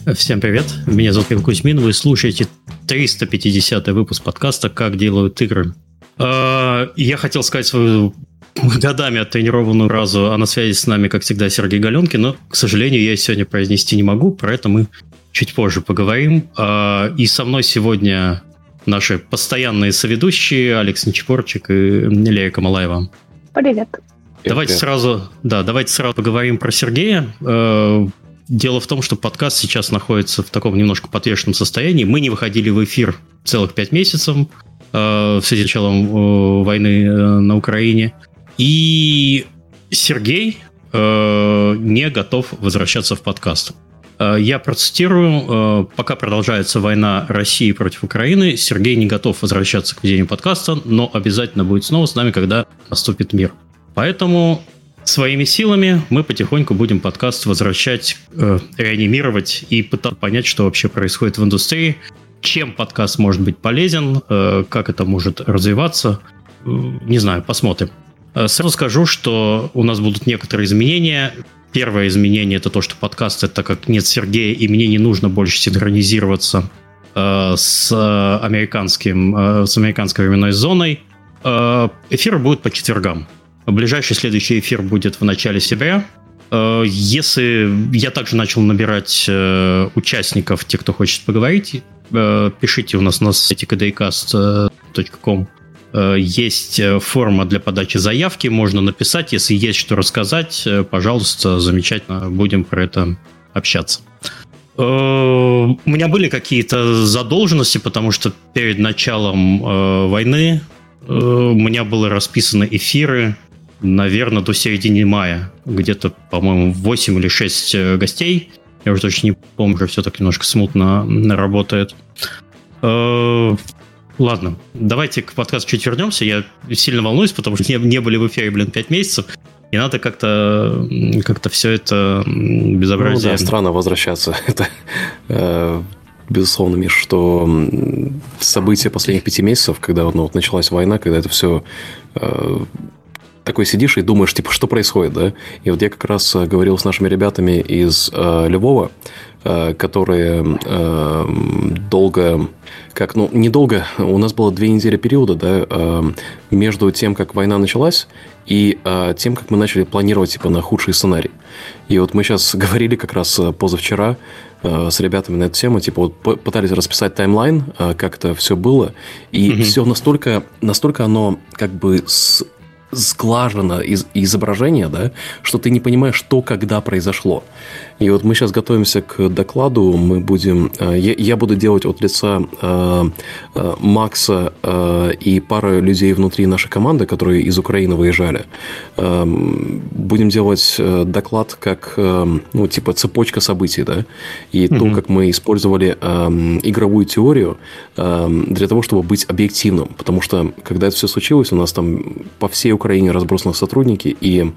Всем привет, меня зовут Кирилл Кузьмин, вы слушаете 350-й выпуск подкаста «Как делают игры». Я хотел сказать свою годами оттренированную фразу, а на связи с нами, как всегда, Сергей Галенкин, но, к сожалению, я сегодня произнести не могу, про это мы чуть позже поговорим. И со мной сегодня наши постоянные соведущие Алекс Нечепорчик и Лея Камалаева. Привет. Давайте сразу поговорим про Сергея. Дело в том, что подкаст сейчас находится в таком немножко подвешенном состоянии. Мы не выходили в эфир целых 5 месяцев в связи с началом войны на Украине. И Сергей не готов возвращаться в подкаст. Я процитирую. Пока продолжается война России против Украины, Сергей не готов возвращаться к ведению подкаста, но обязательно будет снова с нами, когда наступит мир. Поэтому своими силами мы потихоньку будем подкаст возвращать, реанимировать и пытаться понять, что вообще происходит в индустрии, чем подкаст может быть полезен, как это может развиваться. Не знаю, посмотрим. Сразу скажу, что у нас будут некоторые изменения. Первое изменение – это то, что подкаст, это так как нет Сергея, и мне не нужно больше синхронизироваться с американской временной зоной. Эфир будет по четвергам. Ближайший следующий эфир будет в начале сентября. Если я также начал набирать участников, те, кто хочет поговорить, пишите у нас на сайте kdcast.com. Есть форма для подачи заявки, можно написать. Если есть что рассказать, пожалуйста, замечательно, будем про это общаться. У меня были какие-то задолженности, потому что перед началом войны у меня были расписаны эфиры, наверное, до середины мая. Где-то, по-моему, 8 или 6 гостей. Я уже точно не помню, уже все так немножко смутно работает. Ладно, давайте к подкасту чуть вернемся. Я сильно волнуюсь, потому что не были в эфире, 5 месяцев. И надо как-то все это безобразие... Ну да, странно возвращаться. Это... Безусловно, Миш, что события последних 5 месяцев, когда вот началась война, когда это все такой сидишь и думаешь, типа, что происходит, да? И вот я как раз говорил с нашими ребятами из Львова, которые долго... недолго, у нас было 2 недели периода, да, между тем, как война началась, и тем, как мы начали планировать, типа, на худший сценарий. И вот мы сейчас говорили как раз позавчера с ребятами на эту тему, типа, вот пытались расписать таймлайн, как это все было, и все настолько оно как бы сглажено изображение, да, что ты не понимаешь, что когда произошло. И вот мы сейчас готовимся к докладу, мы будем... Я буду делать от лица Макса и пары людей внутри нашей команды, которые из Украины выезжали. Будем делать доклад как, типа, цепочка событий, да, и то, как мы использовали игровую теорию для того, чтобы быть объективным. Потому что, когда это все случилось, у нас там по всей Украине разбросаны сотрудники, и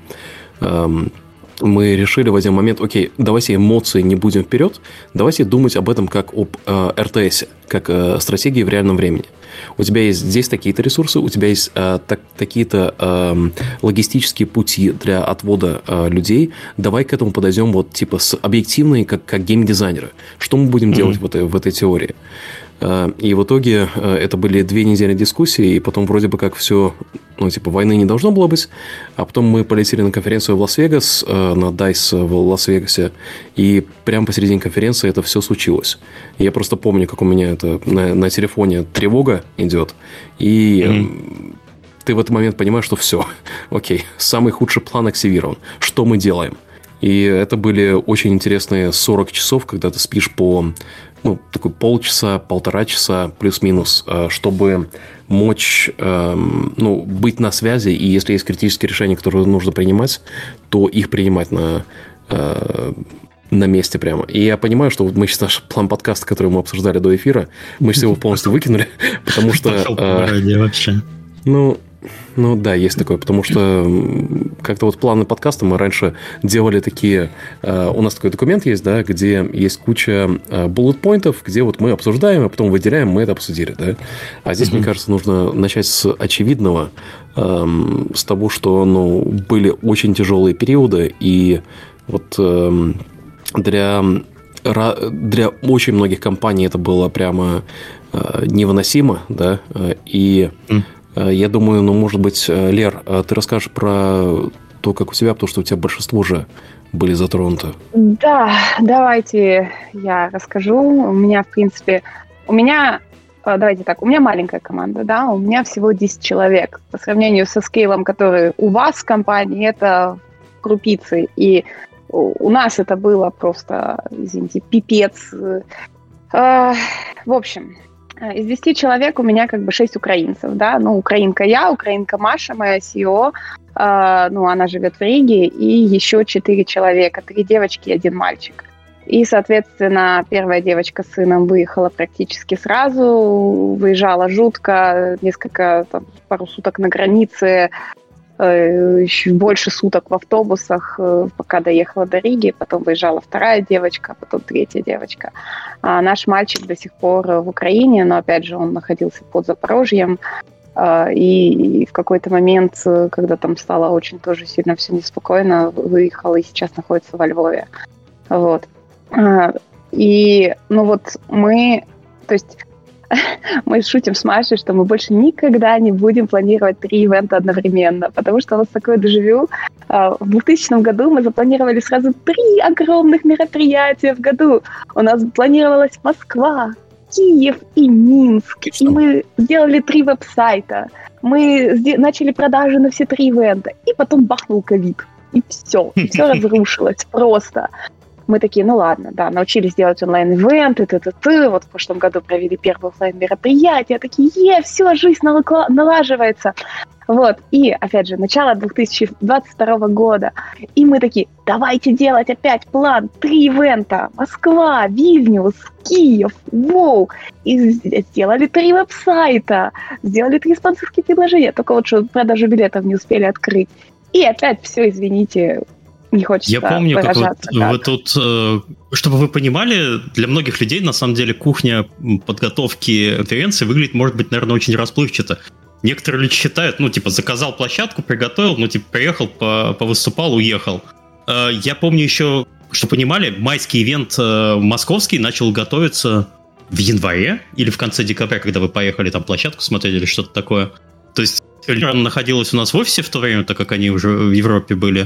мы решили в один момент, окей, давайте эмоции не будем вперед, давайте думать об этом как об РТС, как стратегии в реальном времени. У тебя есть здесь такие-то ресурсы, у тебя есть такие-то логистические пути для отвода людей, давай к этому подойдем вот типа с объективной, как геймдизайнеры. Что мы будем делать в этой теории? И в итоге это были 2 недели дискуссий, и потом вроде бы как все, войны не должно было быть. А потом мы полетели на конференцию в Лас-Вегас, на DICE в Лас-Вегасе, и прямо посередине конференции это все случилось. Я просто помню, как у меня это на телефоне тревога идет, и ты в этот момент понимаешь, что все, окей, самый худший план активирован. Что мы делаем? И это были очень интересные 40 часов, когда ты спишь по... такой полчаса, 1,5 часа плюс-минус, чтобы мочь быть на связи, и если есть критические решения, которые нужно принимать, то их принимать на месте прямо. И я понимаю, что вот мы сейчас наш план подкаста, который мы обсуждали до эфира, мы сейчас его полностью выкинули, потому что... вообще. Ну да, есть такое, потому что как-то вот планы подкаста мы раньше делали такие... У нас такой документ есть, да, где есть куча буллет-поинтов, где вот мы обсуждаем, а потом выделяем, мы это обсудили, да. А здесь, мне кажется, нужно начать с очевидного, с того, что, были очень тяжелые периоды, и вот для для очень многих компаний это было прямо невыносимо, да, и я думаю, может быть, Лер, ты расскажешь про то, как у тебя, потому что у тебя большинство уже были затронуты. Да, давайте я расскажу. У меня, в принципе, давайте так, у меня маленькая команда, да, у меня всего 10 человек. По сравнению со скейлом, который у вас в компании, это крупицы. И у нас это было просто, извините, пипец. В общем, из 10 человек у меня 6 украинцев, да, украинка я, украинка Маша, моя CEO, она живет в Риге, и еще 4 человека, 3 девочки и 1 мальчик. И, соответственно, первая девочка с сыном выехала практически сразу, выезжала жутко, пару суток на границе, еще больше суток в автобусах, пока доехала до Риги, потом выезжала вторая девочка, потом третья девочка. А наш мальчик до сих пор в Украине, но, опять же, он находился под Запорожьем, и в какой-то момент, когда там стало очень тоже сильно все неспокойно, выехал и сейчас находится во Львове. Вот. И, мы шутим с Машей, что мы больше никогда не будем планировать 3 ивента одновременно, потому что у нас такое дежавю. В 2000 году мы запланировали сразу 3 огромных мероприятия в году. У нас планировалась Москва, Киев и Минск. И мы сделали 3 веб-сайта. Мы начали продажи на все 3 ивента. И потом бахнул ковид. И все разрушилось просто. Мы такие, ладно, да, научились делать онлайн-ивенты, вот в прошлом году провели первое офлайн-мероприятие, такие, все, жизнь налаживается. Вот, и, опять же, начало 2022 года, и мы такие, давайте делать опять план, 3 ивента, Москва, Вильнюс, Киев, воу, и сделали 3 веб-сайта, сделали 3 спонсорские предложения, только вот что продажу билетов не успели открыть. И опять все, извините, не хочется Я помню, как вы тут, чтобы вы понимали, для многих людей, на самом деле, кухня подготовки конференции выглядит, может быть, наверное, очень расплывчато. Некоторые люди считают, заказал площадку, приготовил, приехал, повыступал, уехал. Я помню еще, что понимали, майский ивент московский начал готовиться в январе или в конце декабря, когда вы поехали там площадку смотрели или что-то такое. То есть Лера находилась у нас в офисе в то время, так как они уже в Европе были.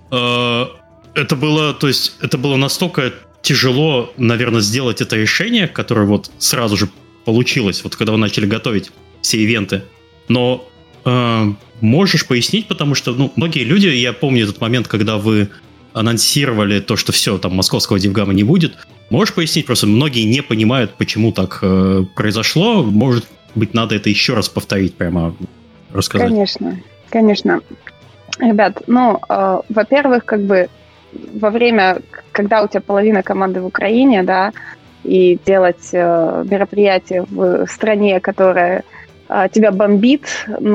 Это было настолько тяжело, наверное, сделать это решение, которое вот сразу же получилось, вот когда вы начали готовить все ивенты. Но можешь пояснить, потому что многие люди, я помню этот момент, когда вы анонсировали то, что все, там московского DevGam не будет. Можешь пояснить? Просто многие не понимают, почему так произошло. Может быть, надо это еще раз повторить, прямо рассказать. Конечно. Ребят, во-первых, во время, когда у тебя половина команды в Украине, да, и делать мероприятие в стране, которая тебя бомбит,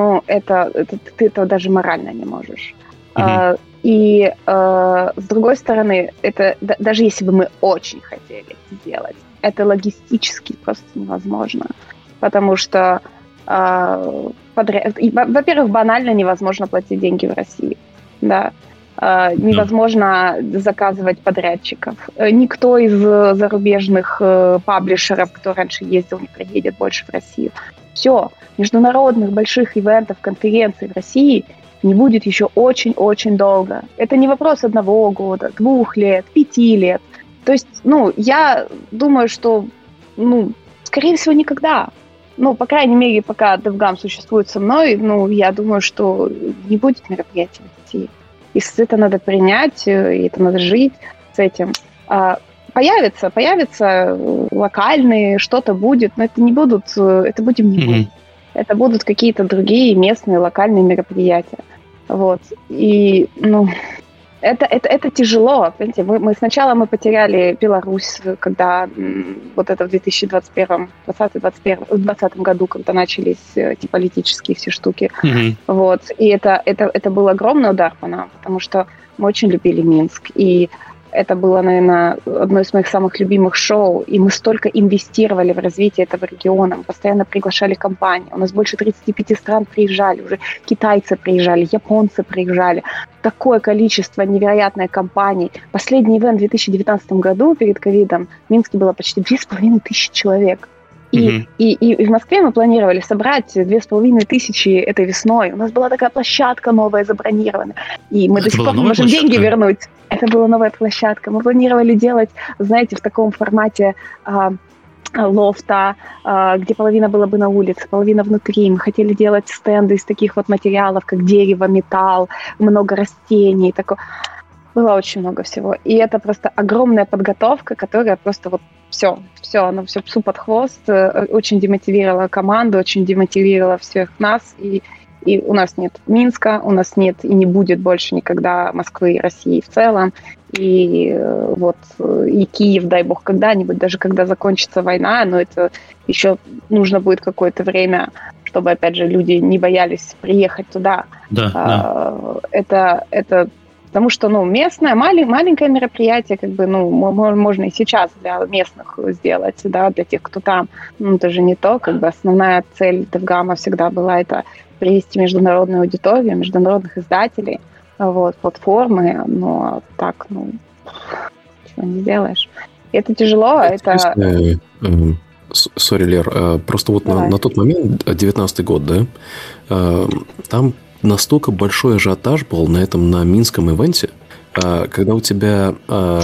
ты этого даже морально не можешь. Mm-hmm. И с другой стороны, это даже если бы мы очень хотели это сделать, это логистически просто невозможно, потому что во-первых, банально невозможно платить деньги в России, да. Невозможно заказывать подрядчиков. Никто из зарубежных паблишеров, кто раньше ездил, не приедет больше в Россию. Все, международных больших ивентов, конференций в России не будет еще очень-очень долго. Это не вопрос 1 года, 2 лет, 5 лет. То есть, я думаю, что, скорее всего, никогда. По крайней мере, пока DevGam существует со мной, я думаю, что не будет мероприятий в России. И это надо принять, и это надо жить с этим. Появятся локальные, что-то будет, но это будем не мы. Это будут какие-то другие местные локальные мероприятия. Вот. И, это тяжело. Понимаете? Мы сначала потеряли Беларусь, когда вот это в 2020 году, когда начались эти политические все штуки. Mm-hmm. Вот. И это был огромный удар по нам, потому что мы очень любили Минск. И это было, наверное, одно из моих самых любимых шоу, и мы столько инвестировали в развитие этого региона, мы постоянно приглашали компании, у нас больше 35 стран приезжали, уже китайцы приезжали, японцы приезжали, такое количество невероятных компаний. Последний ивент в 2019 году перед ковидом в Минске было почти 2500 человек. И в Москве мы планировали собрать 2500 этой весной. У нас была такая площадка новая забронирована. И мы до сих пор не можем деньги вернуть. Это была новая площадка. Мы планировали делать, знаете, в таком формате лофта, где половина была бы на улице, половина внутри. Мы хотели делать стенды из таких вот материалов, как дерево, металл, много растений. Такое. Было очень много всего. И это просто огромная подготовка, которая просто вот она все псу под хвост, очень демотивировала команду, очень демотивировала всех нас, и у нас нет Минска, у нас нет и не будет больше никогда Москвы и России в целом, и вот и Киев, дай бог, когда-нибудь, даже когда закончится война, но это еще нужно будет какое-то время, чтобы, опять же, люди не боялись приехать туда. Это потому что, местное, маленькое мероприятие, можно и сейчас для местных сделать, да, для тех, кто там. Это же не то, основная цель Девгама всегда была это привести международную аудиторию, международных издателей, платформы, но так, чего не сделаешь. И это тяжело, это... Сори, Лер, просто вот на тот момент, 19-й год, да, там настолько большой ажиотаж был на Минском ивенте, когда у тебя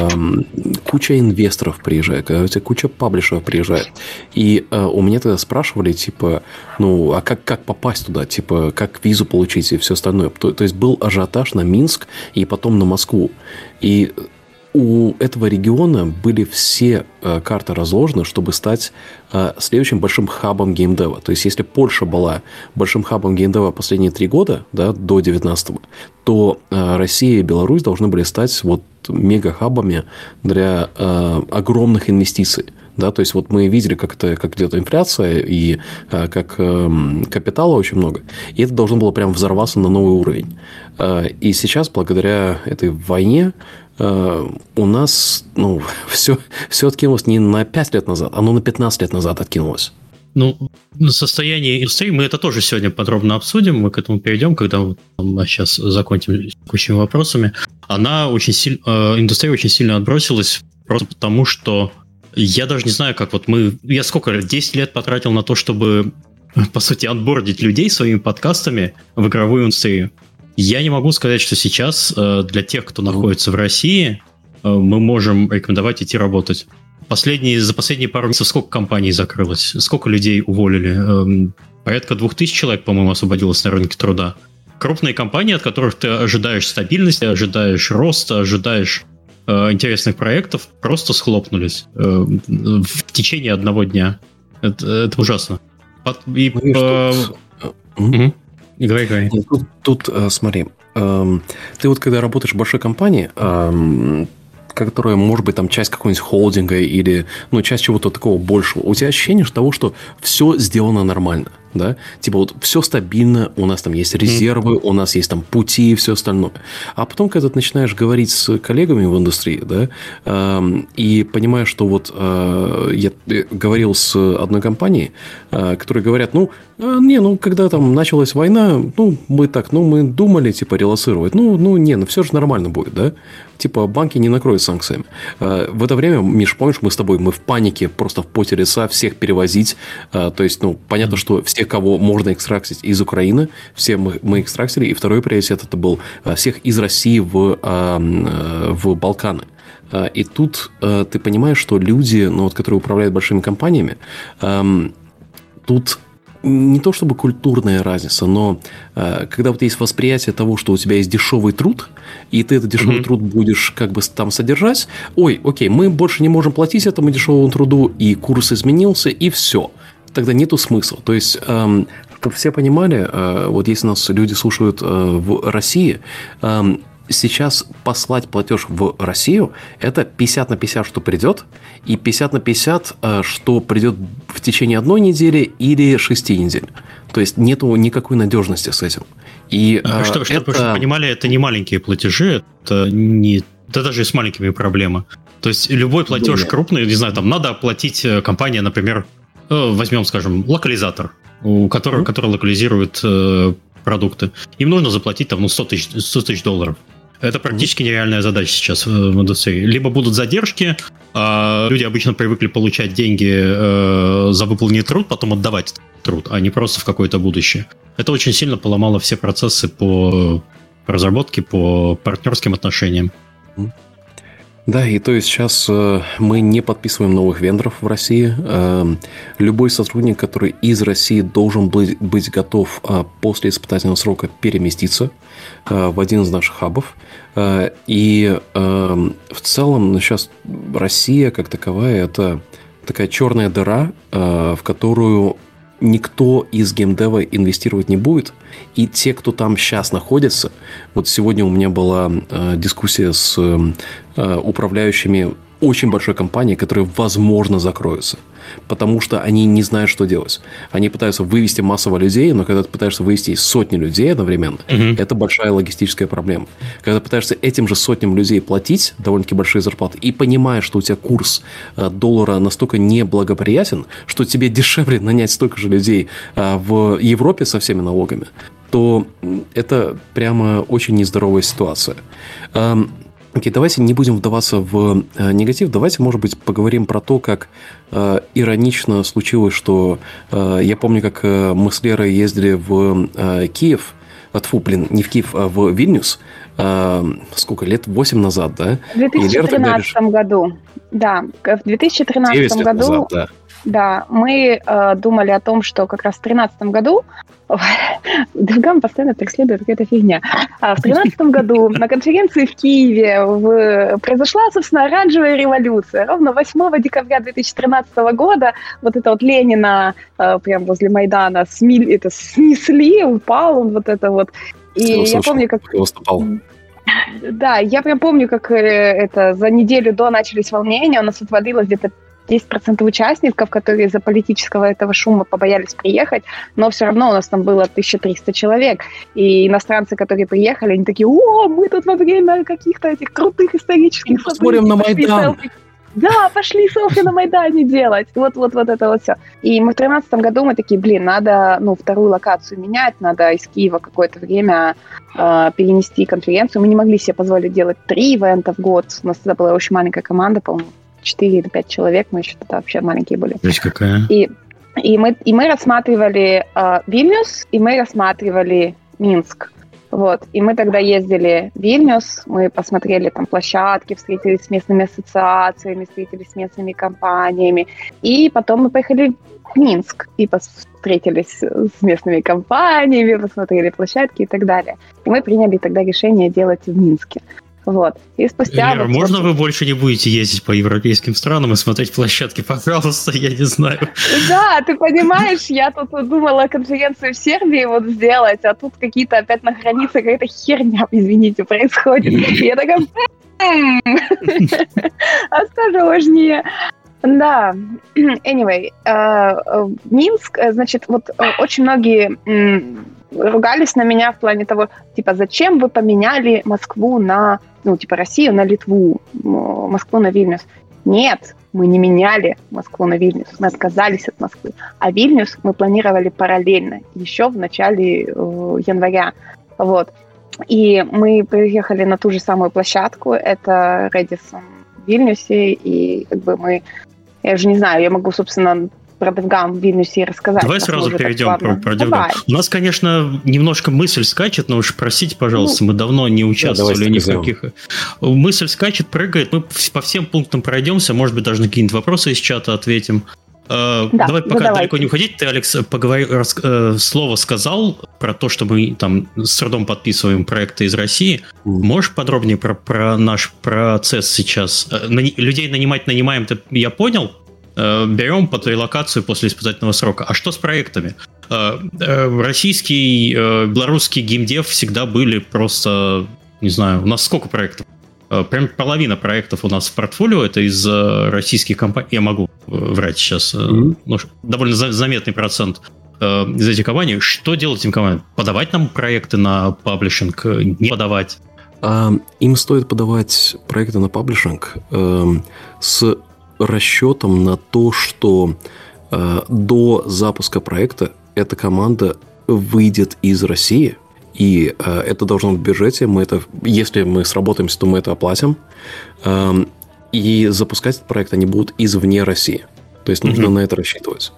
куча инвесторов приезжает, когда у тебя куча паблишеров приезжает. И у меня тогда спрашивали, а как попасть туда, как визу получить и все остальное. То есть был ажиотаж на Минск и потом на Москву. И у этого региона были все карты разложены, чтобы стать следующим большим хабом геймдева. То есть, если Польша была большим хабом геймдева последние 3 года, да, до 19-го, то Россия и Беларусь должны были стать мега-хабами для огромных инвестиций. Да, то есть, мы видели, как идет инфляция и как капитала очень много. И это должно было прям взорваться на новый уровень. И сейчас, благодаря этой войне, у нас все откинулось не на 5 лет назад, оно на 15 лет назад откинулось. Состояние индустрии мы это тоже сегодня подробно обсудим, мы к этому перейдем, когда сейчас закончим текущими вопросами. Индустрия очень сильно отбросилась просто потому, что я даже не знаю, как я сколько, 10 лет потратил на то, чтобы, по сути, отбордить людей своими подкастами в игровую индустрию. Я не могу сказать, что сейчас для тех, кто находится в России, мы можем рекомендовать идти работать. За последние пару месяцев сколько компаний закрылось? Сколько людей уволили? Порядка 2000 человек, по-моему, освободилось на рынке труда. Крупные компании, от которых ты ожидаешь стабильности, ожидаешь роста, ожидаешь интересных проектов, просто схлопнулись в течение одного дня. Это ужасно. Говори. Тут смотри, ты когда работаешь в большой компании, которая, может быть, там часть какого-нибудь холдинга или часть чего-то такого большего, у тебя ощущение того, что все сделано нормально, да? Все стабильно, у нас там есть резервы, у нас есть там пути и все остальное. А потом, когда ты начинаешь говорить с коллегами в индустрии, да, и понимаешь, что я говорил с одной компанией, которые говорят, когда там началась война, мы думали, релоцировать, все же нормально будет, да? Банки не накроют санкциями. В это время, Миш, помнишь, мы в панике, просто в поте лица всех перевозить. То есть, понятно, что все, кого можно экстрактить из Украины, все мы экстрактили. И второй приоритет это был всех из России в Балканы. И тут ты понимаешь, что люди, которые управляют большими компаниями, тут не то чтобы культурная разница, но когда есть восприятие того, что у тебя есть дешевый труд, и ты этот дешевый труд будешь там содержать, мы больше не можем платить этому дешевому труду, и курс изменился, и все. Тогда нету смысла. То есть, чтобы все понимали, если нас люди слушают в России, сейчас послать платеж в Россию – это 50 на 50, что придет, и 50 на 50, что придет в течение 1 недели или 6 недель. То есть, нету никакой надежности с этим. И чтобы вы понимали, это не маленькие платежи, это не Да даже и с маленькими проблемы. То есть любой платеж крупный, не знаю, там надо оплатить компания, например, возьмем, скажем, локализатор, который локализирует продукты. Им нужно заплатить там, $100 тысяч. Это практически нереальная задача сейчас в индустрии. Либо будут задержки, люди обычно привыкли получать деньги за выполненный труд, потом отдавать труд, а не просто в какое-то будущее. Это очень сильно поломало все процессы по разработке, по партнерским отношениям. Да, и то есть сейчас мы не подписываем новых вендоров в России. Любой сотрудник, который из России, должен быть готов после испытательного срока переместиться в один из наших хабов. И в целом сейчас Россия как таковая – это такая черная дыра, в которую никто из геймдева инвестировать не будет. И те, кто там сейчас находится... Вот сегодня у меня была дискуссия с управляющими очень большой компании, которые, возможно, закроются. Потому что они не знают, что делать. Они пытаются вывести массово людей, но когда ты пытаешься вывести сотни людей одновременно, это большая логистическая проблема. Когда ты пытаешься этим же сотням людей платить довольно-таки большие зарплаты, и понимаешь, что у тебя курс доллара настолько неблагоприятен, что тебе дешевле нанять столько же людей в Европе со всеми налогами, то это прямо очень нездоровая ситуация. Окей, давайте не будем вдаваться в негатив. Давайте, может быть, поговорим про то, как иронично случилось, что я помню, как мы с Лерой ездили в Киев, не в Киев, а в Вильнюс. Сколько лет? 8 назад, да? В 2013 году. Да, в 2013 году. Назад, да. Да, мы думали о том, что как раз в 2013 году Девгам постоянно преследует какая-то фигня. А в 2013 году на конференции в Киеве произошла, собственно, оранжевая революция. Ровно 8 декабря 2013 года вот это вот Ленина прямо возле Майдана снесли, упал он вот это вот. И я помню, как... Да, я прям помню, как это за неделю до начались волнения, у нас отвалилось где-то 10% участников, которые из-за политического этого шума побоялись приехать, но все равно у нас там было 1300 человек. И иностранцы, которые приехали, они такие: о, мы тут во время каких-то этих крутых исторических событий. Посмотрим на Майдан. Да, пошли селфи на Майдане делать. Вот это вот все. И мы в 2013 году мы такие: надо вторую локацию менять, надо из Киева какое-то время перенести конференцию. Мы не могли себе позволить делать 3 ивента в год. У нас тогда была очень маленькая команда, по-моему, 4 или 5 человек, мы еще тогда вообще маленькие были. Здесь какая? И мы рассматривали Вильнюс, и мы рассматривали Минск. Вот. И мы тогда ездили в Вильнюс, мы посмотрели там площадки, встретились с местными ассоциациями, встретились с местными компаниями. И потом мы поехали в Минск и встретились с местными компаниями, посмотрели площадки и так далее. И мы приняли тогда решение делать в Минске. Вот. И спустя... Лера, можно вы больше не будете ездить по европейским странам и смотреть площадки? Пожалуйста, я не знаю. Да, ты понимаешь, я тут думала конференцию в Сербии вот сделать, а тут какие-то опять на границе какая-то херня, извините, происходит. И я такая... Осторожнее. Да. Anyway, Минск, значит, вот очень многие... ругались на меня в плане того, типа, зачем вы поменяли Москву на, Россию на Литву, Москву на Вильнюс. Нет, мы не меняли Москву на Вильнюс, мы отказались от Москвы. А Вильнюс мы планировали параллельно, еще в начале января. Вот. И мы приехали на ту же самую площадку, это Redison в Вильнюсе, и как бы мы, я уже не знаю, я могу, собственно, про DevGam в Вильнюсе рассказать. Давай сразу перейдем про DevGam. У нас, конечно, немножко мысль скачет, но уж простите, пожалуйста, мы давно не участвовали ни в каких... Мысль скачет, прыгает, мы по всем пунктам пройдемся, может быть, даже на какие-нибудь вопросы из чата ответим. Давай, пока далеко не уходить, ты, Алекс, слово сказал про то, что мы там с трудом подписываем проекты из России. Можешь подробнее про наш процесс сейчас? Людей нанимаем, я понял? Берем под релокацию после испытательного срока. А что с проектами? Российский, белорусский геймдев всегда были просто, не знаю, у нас сколько проектов? Прям половина проектов у нас в портфолио, это из российских компаний. Я могу врать сейчас, довольно заметный процент из этих компаний. Что делать этим компаниям? Подавать нам проекты на паблишинг? Не подавать? Им стоит подавать проекты на паблишинг с расчетом на то, что до запуска проекта эта команда выйдет из России, и это должно быть в бюджете. Если мы сработаемся, то мы это оплатим. И запускать этот проект они будут извне России. То есть нужно на это рассчитывать.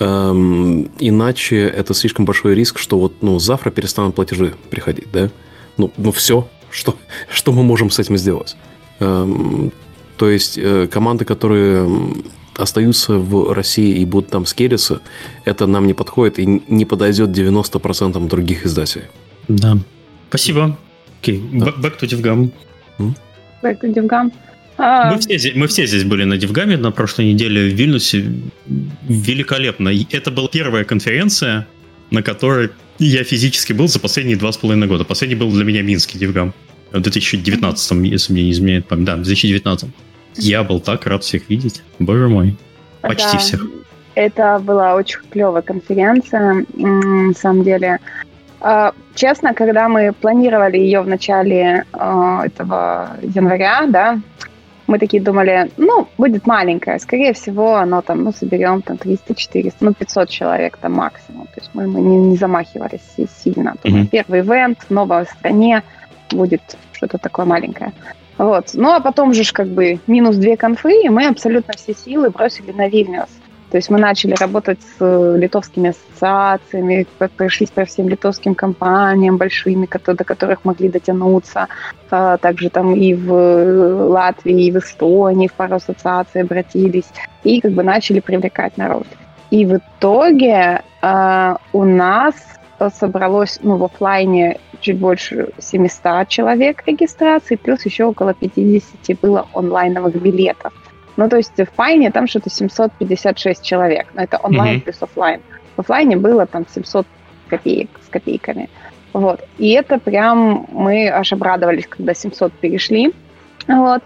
Иначе это слишком большой риск, что завтра перестанут платежи приходить, да? Все. Что мы можем с этим сделать? То есть команды, которые остаются в России и будут там скелиться, это нам не подходит и не подойдет 90% других издателей. Да. Спасибо. Окей. Back to DevGam. Back to DevGam. Мы все здесь были на DevGam на прошлой неделе в Вильнюсе. Великолепно. Это была первая конференция, на которой я физически был за последние 2,5 года. Последний был для меня Минский DevGam. В 2019, если мне не изменяет память. Да, в 2019. Я был так рад всех видеть. Боже мой. Почти всех. Это была очень клевая конференция, на самом деле. Честно, когда мы планировали ее в начале этого января, да, мы такие думали, будет маленькая. Скорее всего, оно там, соберем там 300-400, 500 человек там максимум. То есть мы не замахивались сильно. Первый ивент в новой стране будет что-то такое маленькое. Вот. А потом же минус 2 конфы, и мы абсолютно все силы бросили на Вильнюс. То есть мы начали работать с литовскими ассоциациями, прошлись по всем литовским компаниям большими, до которых могли дотянуться. Также там и в Латвии, и в Эстонии в пару ассоциаций обратились. И начали привлекать народ. И в итоге у нас собралось в офлайне чуть больше 700 человек регистрации, плюс еще около 50 было онлайновых билетов. То есть в Пайне там что-то 756 человек. Но это онлайн плюс офлайн. В офлайне было там 700 копеек с копейками. Вот. И это прям мы аж обрадовались, когда 700 перешли. Вот.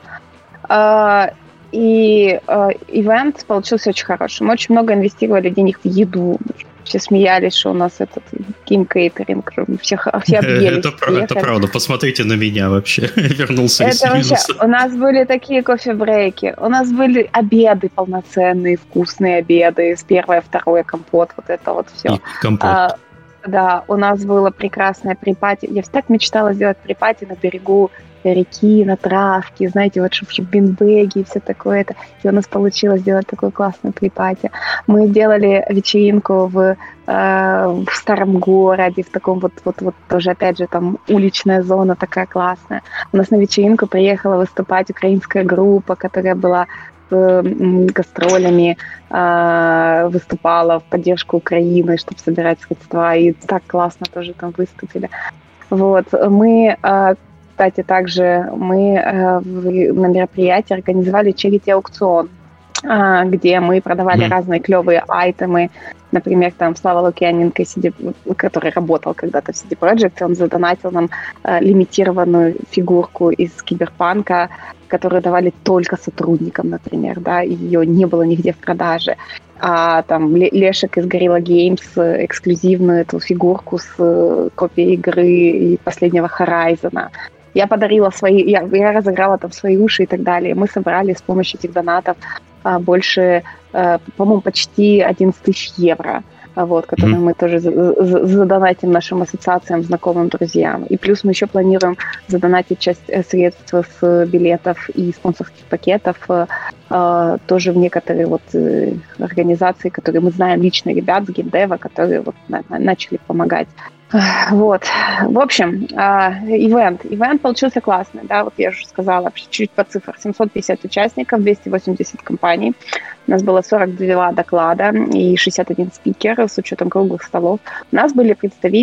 И ивент получился очень хорошим. Мы очень много инвестировали денег в еду. Все смеялись, что у нас этот гейм-кейтеринг, все объелись. Это правда, посмотрите на меня вообще. Вернулся из Вильнюса. У нас были такие кофе-брейки, у нас были обеды полноценные, вкусные обеды, с первое, второе, компот, вот это вот все. Компот. Да, у нас было прекрасное припати. Я так мечтала сделать припати на берегу реки, на травке, знаете, вот в бинбеге и все такое это. И у нас получилось сделать такой классный припати. Мы делали вечеринку в старом городе, в таком вот тоже, опять же, там уличная зона такая классная. У нас на вечеринку приехала выступать украинская группа, которая была с гастролями, выступала в поддержку Украины, чтобы собирать средства, и так классно тоже там выступили. Вот. Мы, кстати, также на мероприятии организовали charity-аукцион, где мы продавали разные клевые айтемы. Например, там Слава Лукьяненко, который работал когда-то в CD Projekt, он задонатил нам лимитированную фигурку из Киберпанка, которую давали только сотрудникам, например, да, и ее не было нигде в продаже. А там Лешек из Guerrilla Games эксклюзивную эту фигурку с копией игры и последнего Horizon. Я подарила я разыграла там свои уши и так далее. Мы собрали с помощью этих донатов больше, по-моему, почти 11 тысяч евро, вот, которые мы тоже задонатим нашим ассоциациям, знакомым, друзьям. И плюс мы еще планируем задонатить часть средств с билетов и спонсорских пакетов тоже в некоторые организации, которые мы знаем лично, ребят с геймдева, которые начали помогать. Вот. В общем, ивент получился классный, да, вот я уже сказала, чуть по цифрам, 750 участников, 280 компаний, у нас было 42 доклада и 61 спикер с учетом круглых столов. У нас были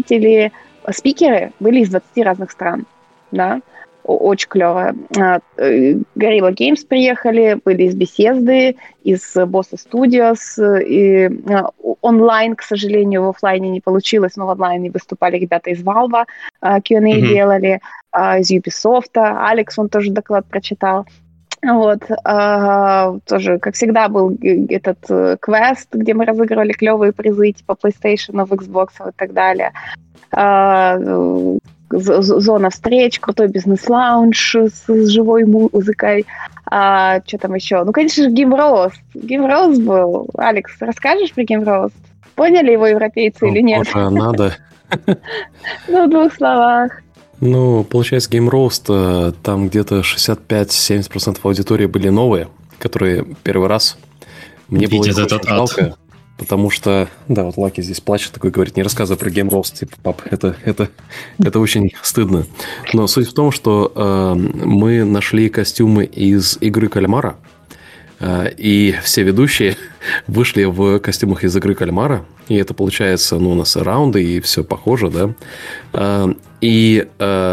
спикеры были из 20 разных стран, да, очень клево. Guerrilla Games приехали, были из Bethesda, из Bossa Studios. И онлайн, к сожалению, в офлайне не получилось, но в онлайне выступали ребята из Valve, Q&A делали, из Ubisoft. Алекс, он тоже доклад прочитал. Вот. Тоже, как всегда, был этот квест, где мы разыгрывали клевые призы типа PlayStation, Xbox и так далее. зона встреч, крутой бизнес-лаунж с живой музыкой. Что там еще? Ну, конечно же, Геймроуст. Геймроуст был. Алекс, расскажешь про Геймроуст? Поняли его европейцы или нет? Боже, надо. Ну, в 2 словах. Ну, получается, Геймроуст, там где-то 65-70% аудитории были новые, которые первый раз. Мне было их очень жалко, потому что... Да, вот Лаки здесь плачет, такой говорит, не рассказывай про Геймроуст, типа, пап, это очень стыдно. Но суть в том, что мы нашли костюмы из игры Кальмара, и все ведущие вышли в костюмах из игры Кальмара, и это получается, ну, у нас раунды и все похоже, да. И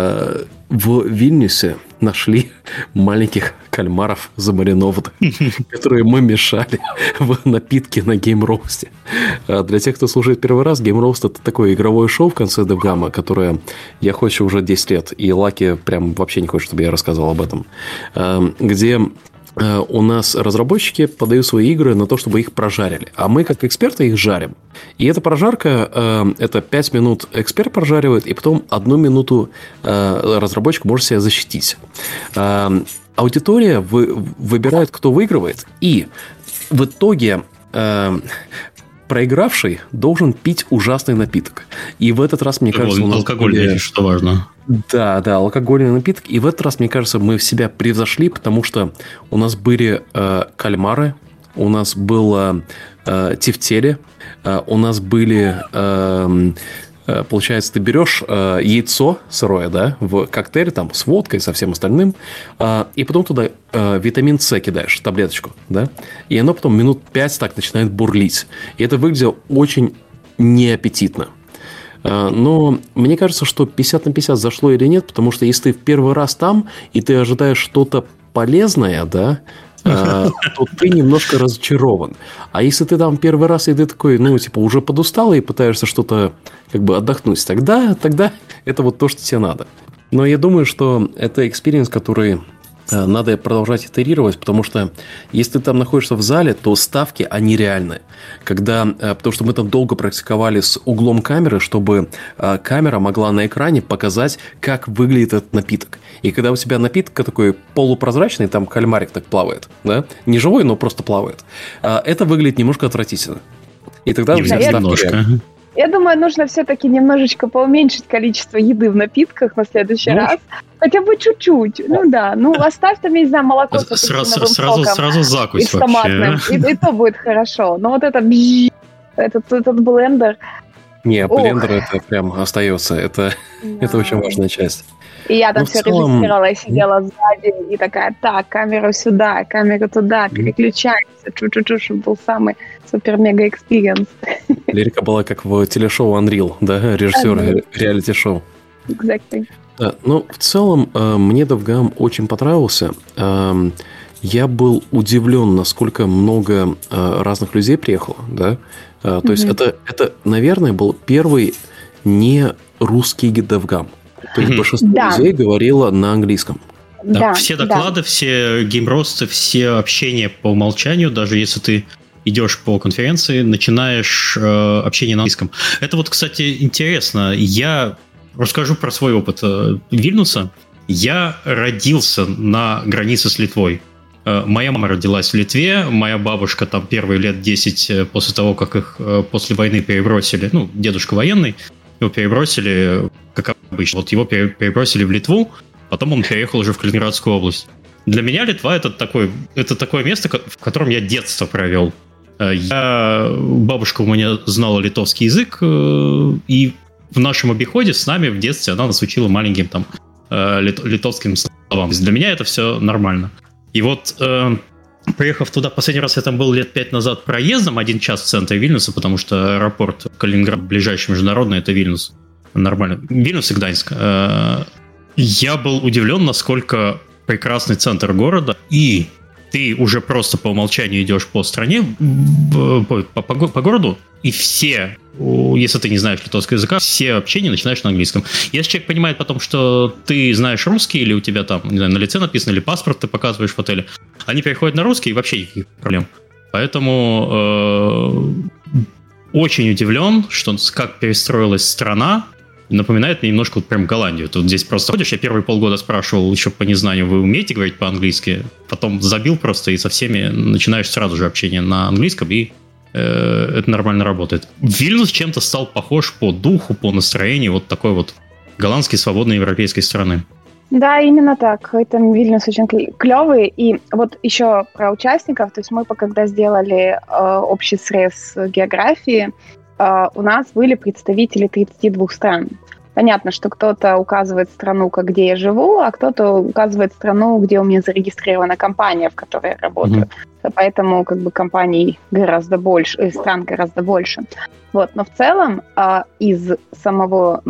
в Вильнюсе нашли маленьких кальмаров замаринованных, которые мы мешали в напитке на геймроусте. Для тех, кто слушает первый раз, геймроуст – это такое игровое шоу в конце DevGamma, которое я хочу уже 10 лет, и Лаки прям вообще не хочет, чтобы я рассказывал об этом, где у нас разработчики подают свои игры на то, чтобы их прожарили. А мы, как эксперты, их жарим. И эта прожарка, это 5 минут эксперт прожаривает, и потом 1 минуту разработчик может себя защитить. Аудитория выбирает, кто выигрывает, и в итоге проигравший должен пить ужасный напиток. И в этот раз, мне кажется, у нас... Алкогольный, что важно. Да, алкогольный напиток. И в этот раз, мне кажется, мы себя превзошли, потому что у нас были кальмары, у нас было тефтели, у нас были... Получается, ты берешь яйцо сырое, да, в коктейль там с водкой, со всем остальным, и потом туда витамин С кидаешь, таблеточку, да, и оно потом минут 5 так начинает бурлить. И это выглядело очень неаппетитно. Но мне кажется, что 50 на 50 зашло или нет, потому что если ты в первый раз там, и ты ожидаешь что-то полезное, да, то ты немножко разочарован. А если ты там первый раз, и ты такой, ну, типа, уже подустал и пытаешься что-то как бы отдохнуть, тогда это вот то, что тебе надо. Но я думаю, что это экспириенс, который надо продолжать итерировать, потому что если ты там находишься в зале, то ставки, они реальны. Потому что мы там долго практиковали с углом камеры, чтобы камера могла на экране показать, как выглядит этот напиток. И когда у тебя напиток такой полупрозрачный, там кальмарик так плавает, да? Не живой, но просто плавает. Это выглядит немножко отвратительно. И тогда у тебя ставки реальны. Я думаю, нужно все-таки немножечко поуменьшить количество еды в напитках на следующий раз. Хотя бы чуть-чуть. Ну да. Ну, оставь там, я не знаю, молоко с апельсиновым соком. Сразу закусь и с томатным. И то будет хорошо. Но вот этот блендер... Не, блендер это прям остается. Это очень важная часть. И я там все режиссировала, я сидела сзади и такая, так, камеру сюда, камеру туда, переключаемся, чтобы был самый супер-мега-экспириенс. Лерика была как в телешоу Unreal, да, режиссер реалити-шоу. Exactly. Да, ну, в целом, мне DevGam очень понравился. Я был удивлен, насколько много разных людей приехало, да. То есть, это, наверное, был первый не русский DevGam. То есть большинство людей говорило на английском. Да, все доклады, все геймросты, все общения по умолчанию, даже если ты идешь по конференции, начинаешь общение на английском. Это вот, кстати, интересно. Я расскажу про свой опыт Вильнюса. Я родился на границе с Литвой. Моя мама родилась в Литве, моя бабушка там первые лет 10 после того, как их после войны перебросили, ну, дедушка военный, его перебросили, как обычно, вот его перебросили в Литву, потом он переехал уже в Калининградскую область. Для меня Литва это такое место, в котором я детство провел. Бабушка у меня знала литовский язык, и в нашем обиходе с нами в детстве она нас учила маленьким там литовским словам. Для меня это все нормально. И вот, приехав туда, последний раз я там был лет 5 назад проездом, 1 час в центре Вильнюса, потому что аэропорт Калининград, ближайший международный, это Вильнюс. Нормально. Вильнюс и Гданьск. Я был удивлен, насколько прекрасный центр города, и ты уже просто по умолчанию идешь по стране, по городу, и все, если ты не знаешь литовского языка, все общения начинаешь на английском. Если человек понимает потом, что ты знаешь русский, или у тебя там, не знаю, на лице написано, или паспорт ты показываешь в отеле, они переходят на русский, и вообще никаких проблем. Поэтому очень удивлен, что как перестроилась страна напоминает мне немножко вот прям Голландию. Тут здесь просто ходишь, я первые полгода спрашивал еще по незнанию, вы умеете говорить по-английски? Потом забил просто и со всеми начинаешь сразу же общение на английском, и это нормально работает. Вильнюс чем-то стал похож по духу, по настроению вот такой вот голландской свободной европейской страны. Да, именно так. Это Вильнюс очень клевый. И вот еще про участников. То есть мы, когда сделали общий срез географии, у нас были представители 32 стран. Понятно, что кто-то указывает страну, где я живу, а кто-то указывает страну, где у меня зарегистрирована компания, в которой я работаю. Поэтому компаний гораздо больше, стран гораздо больше. Вот. Но в целом из самой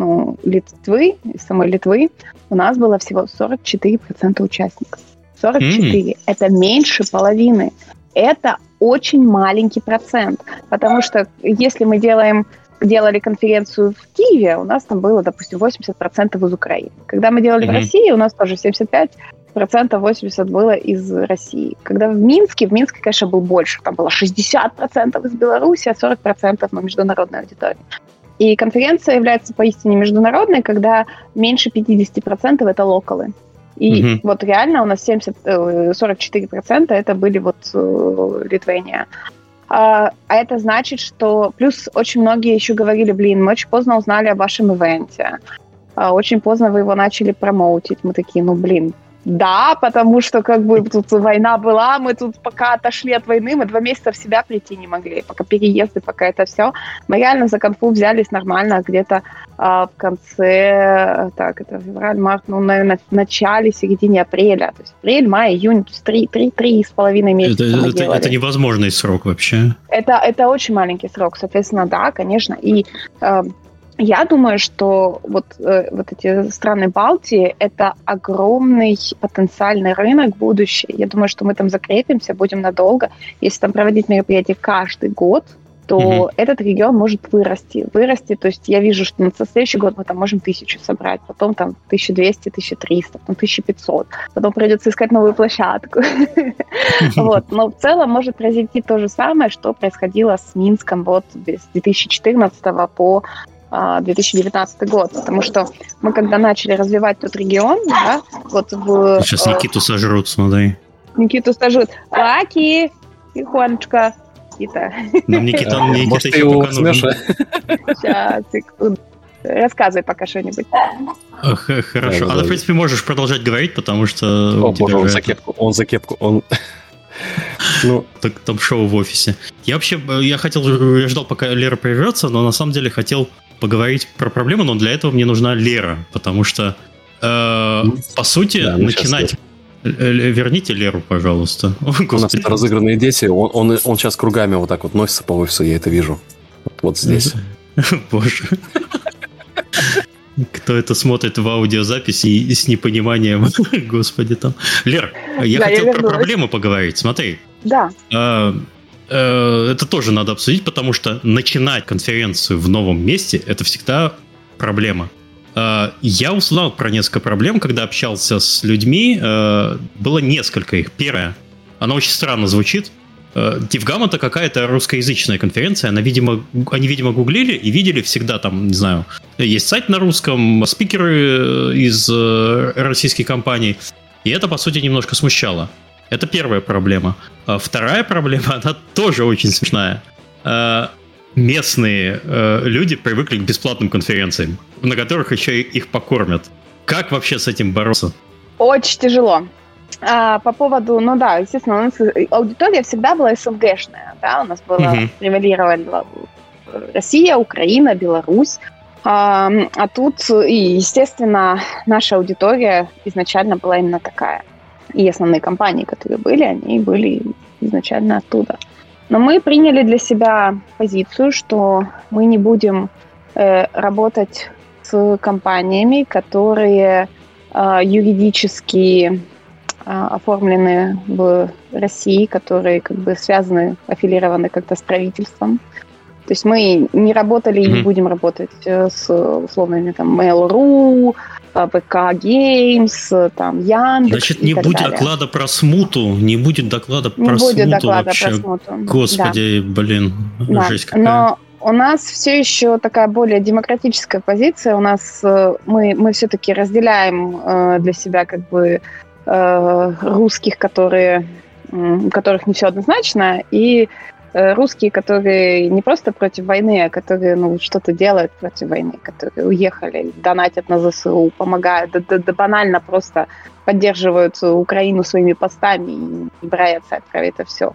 Литвы у нас было всего 44% участников. 44%. Это меньше половины. Это очень маленький процент. Потому что если мы делали конференцию в Киеве, у нас там было, допустим, 80% из Украины. Когда мы делали в России, у нас тоже 75%, 80% было из России. Когда в Минске, конечно, был больше. Там было 60% из Беларуси, а 40% на международной аудитории. И конференция является поистине международной, когда меньше 50% это локалы. И вот реально у нас 44% это были вот Литвения. А это значит, что... Плюс очень многие еще говорили, мы очень поздно узнали о вашем ивенте. Очень поздно вы его начали промоутить. Мы такие, да, потому что тут война была, мы тут пока отошли от войны, мы 2 месяца в себя прийти не могли, пока переезды, пока это все. Мы реально за конфу взялись нормально где-то в конце, это февраль, март, наверное, в начале, середине апреля. То есть апрель, май, июнь, то есть 3,5 месяца мы делали. Это невозможный срок вообще. Это очень маленький срок, соответственно, да, конечно, и... Я думаю, что вот эти страны Балтии – это огромный потенциальный рынок будущее. Я думаю, что мы там закрепимся, будем надолго. Если там проводить мероприятия каждый год, то этот регион может вырасти. То есть я вижу, что на следующий год мы там можем 1000 собрать, потом там 1200, 1300, потом 1500. Потом придется искать новую площадку. Но в целом может произойти то же самое, что происходило с Минском с 2014 по 2019 год, потому что мы, когда начали развивать тот регион, Сейчас Никиту сожрут, смотри. Никиту сожрут. Лаки, тихонечко. Нам Никита еще пока нужен. Сейчас, секунду. Рассказывай пока что-нибудь. Хорошо. В принципе, можешь продолжать говорить, потому что... О, боже, он за кепку. Там шоу в офисе. Я ждал, пока Лера прервется, но на самом деле хотел поговорить про проблему, но для этого мне нужна Лера, потому что, по сути, начинать... Верните Леру, пожалуйста. У нас это разыгранные дети, он сейчас кругами вот так вот носится по офису, я это вижу. Вот здесь. Боже. Кто это смотрит в аудиозаписи и с непониманием, господи, там. Лер, я хотел про проблему поговорить, смотри. Да. Это тоже надо обсудить, потому что начинать конференцию в новом месте – это всегда проблема. Я узнал про несколько проблем, когда общался с людьми. Было несколько их. Первое, она очень странно звучит. TIFGAM — это какая-то русскоязычная конференция. Они, видимо, гуглили и видели всегда там, не знаю, есть сайт на русском, спикеры из российских компаний. И это, по сути, немножко смущало. Это первая проблема. Вторая проблема, она тоже очень смешная. Местные люди привыкли к бесплатным конференциям, на которых еще их покормят. Как вообще с этим бороться? Очень тяжело. По поводу, естественно, у нас аудитория всегда была СНГшная, да, у нас превалировала Россия, Украина, Беларусь, а тут, естественно, наша аудитория изначально была именно такая. И основные компании, которые были, они были изначально оттуда. Но мы приняли для себя позицию, что мы не будем работать с компаниями, которые юридически оформлены в России, которые связаны, аффилированы как-то с правительством. То есть мы не работали и не будем работать с условными Mail.ru, ПК Games, Яндекс. Значит, не будет доклада про смуту, не будет доклада про смуту вообще. Господи, да. жесть какая. У нас все еще такая более демократическая позиция. У нас мы все-таки разделяем для себя как бы русских, у которых не все однозначно, и русские, которые не просто против войны, а которые что-то делают против войны, которые уехали, донатят на ЗСУ, помогают, да банально просто поддерживают Украину своими постами и не боятся отправить это все.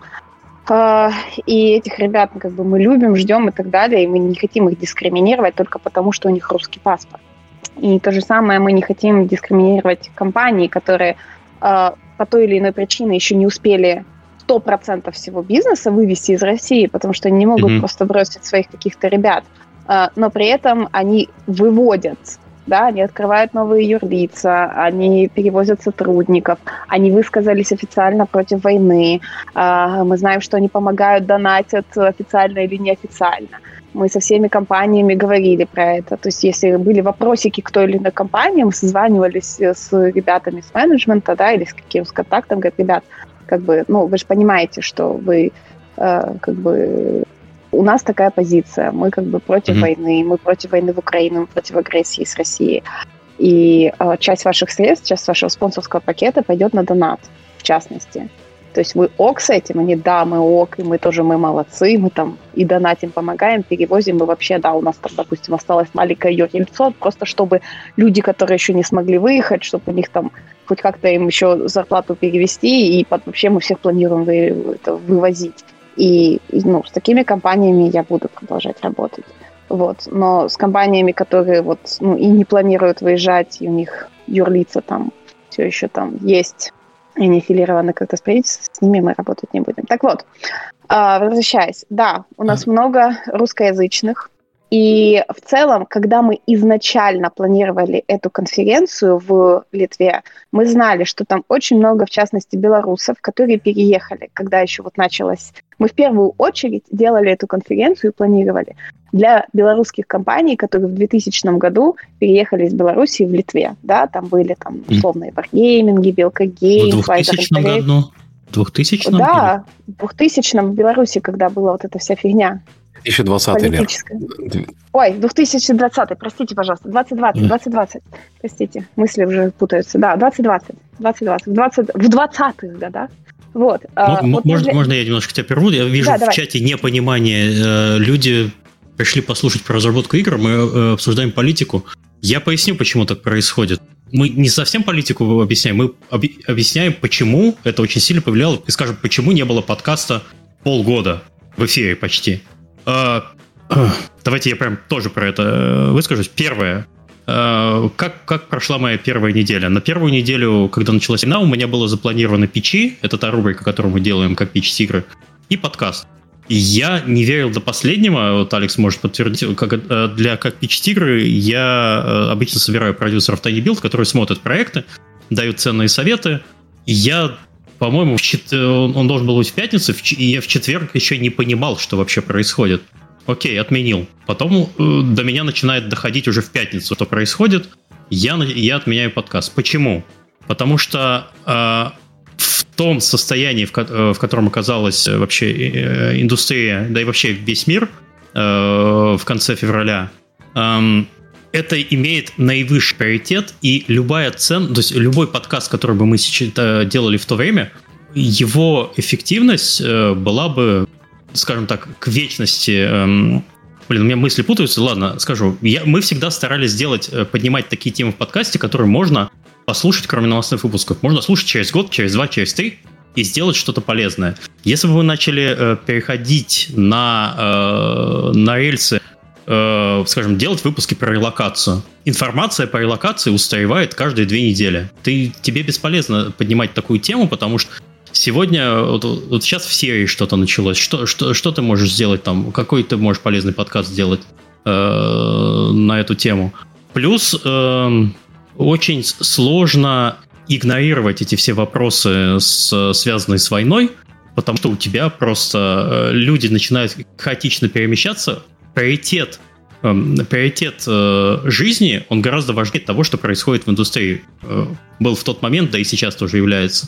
И этих ребят как бы мы любим, ждем и так далее, и мы не хотим их дискриминировать только потому, что у них русский паспорт. И то же самое мы не хотим дискриминировать компании, которые по той или иной причине еще не успели 100% всего бизнеса вывести из России, потому что они не могут просто бросить своих каких-то ребят. Но при этом они выводят, да, они открывают новые юрлица, они перевозят сотрудников, они высказались официально против войны. Мы знаем, что они помогают, донатят официально или неофициально. Мы со всеми компаниями говорили про это. То есть если были вопросики к той или иной компании, мы созванивались с ребятами с менеджмента, да, или с контактом, говорят, ребят, как бы, вы же понимаете, что вы как бы у нас такая позиция, мы как бы против войны, мы против войны в Украине, мы против агрессии с Россией. И часть ваших средств, часть вашего спонсорского пакета пойдет на донат, в частности. То есть вы ок с этим? Они, да, мы ок, и мы молодцы, мы там и донатим, помогаем, перевозим, и вообще, да, у нас там, допустим, осталось маленькое юрлицо, просто чтобы люди, которые еще не смогли выехать, чтобы у них там хоть как-то им еще зарплату перевести, и вообще мы всех планируем вывозить. И с такими компаниями я буду продолжать работать. Вот. Но с компаниями, которые и не планируют выезжать, и у них юрлица там все еще там есть, и не аффилированы как-то с правительством, с ними мы работать не будем. Так вот, возвращаясь, да, у нас много русскоязычных, и в целом, когда мы изначально планировали эту конференцию в Литве, мы знали, что там очень много, в частности, белорусов, которые переехали, когда еще началось. Мы в первую очередь делали эту конференцию и планировали для белорусских компаний, которые в 2000 году переехали из Беларуси в Литве. Да, там были условные Wargaming, Белка Гейм, в 2000 году? В 2000 Да, в 2000 в Беларуси, когда была вот эта вся фигня. 2020 лет. Ой, 2020, простите, пожалуйста, 2020, простите, мысли уже путаются. Да, 2020, в 20-х годах. Вот. Можно я немножко тебя прерву? Я вижу в чате непонимание. Люди пришли послушать про разработку игр, мы обсуждаем политику. Я поясню, почему так происходит. Мы не совсем политику объясняем, мы объясняем, почему это очень сильно повлияло, и скажем, почему не было подкаста полгода в эфире почти. Давайте я прям тоже про это выскажусь. Первое. Как прошла моя первая неделя? На первую неделю, когда началась война, у меня было запланировано питчи, это та рубрика, которую мы делаем как питч игры, и подкаст. И я не верил до последнего, вот Алекс может подтвердить, как питч игры я обычно собираю продюсеров Tiny Build, которые смотрят проекты, дают ценные советы. И я, по-моему, он должен был быть в пятницу, и я в четверг еще не понимал, что вообще происходит. Окей, отменил. Потом до меня начинает доходить уже в пятницу, что происходит. Я отменяю подкаст. Почему? Потому что в том состоянии, в котором оказалась вообще индустрия, да и вообще весь мир в конце февраля, это имеет наивысший приоритет, и любая цена, то есть любой подкаст, который бы мы сейчас делали в то время, его эффективность была бы, скажем так, к вечности. У меня мысли путаются. Ладно, скажу. Мы всегда старались поднимать такие темы в подкасте, которые можно послушать, кроме новостных выпусков. Можно слушать через год, через 2, через 3 и сделать что-то полезное. Если бы вы начали переходить на рельсы, скажем, делать выпуски про релокацию, информация по релокации устаревает каждые 2 недели. Тебе бесполезно поднимать такую тему, потому что сегодня, вот сейчас в серии что-то началось. Что ты можешь сделать там? Какой ты можешь полезный подкаст сделать на эту тему? Плюс очень сложно игнорировать эти все вопросы, связанные с войной, потому что у тебя просто люди начинают хаотично перемещаться. Приоритет жизни, он гораздо важнее того, что происходит в индустрии. Был в тот момент, да и сейчас тоже является.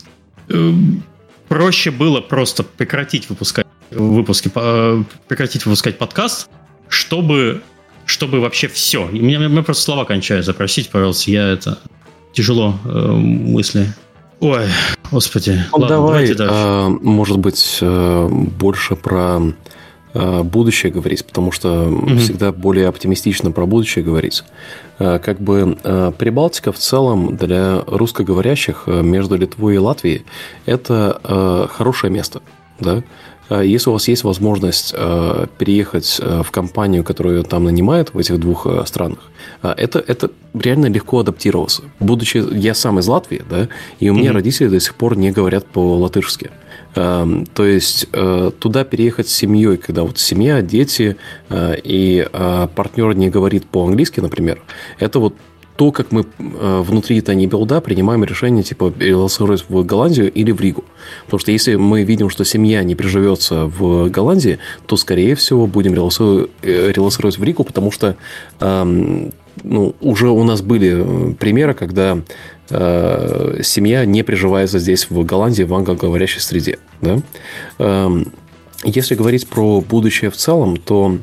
Проще было просто прекратить выпускать подкаст, чтобы вообще все. У меня просто слова кончаются. Простите, пожалуйста, тяжело мысли. Ой, господи. Ладно, давайте дальше. Может быть, больше про будущее говорить, потому что всегда более оптимистично про будущее говорить. Как бы Прибалтика в целом для русскоговорящих между Литвой и Латвией это хорошее место, да. Если у вас есть возможность переехать в компанию, которую там нанимают в этих двух странах, это реально легко адаптироваться. Будучи я сам из Латвии, да, и у меня родители до сих пор не говорят по-латышски. То есть туда переехать с семьей, когда вот семья, дети и партнер не говорит по-английски, например, это вот то, как мы внутри Tiny Build принимаем решение, типа, релоцировать в Голландию или в Ригу. Потому что если мы видим, что семья не приживется в Голландии, то, скорее всего, будем релоцировать в Ригу, потому что уже у нас были примеры, когда семья не приживается здесь, в Голландии, в англоговорящей среде. Да? Если говорить про будущее в целом, то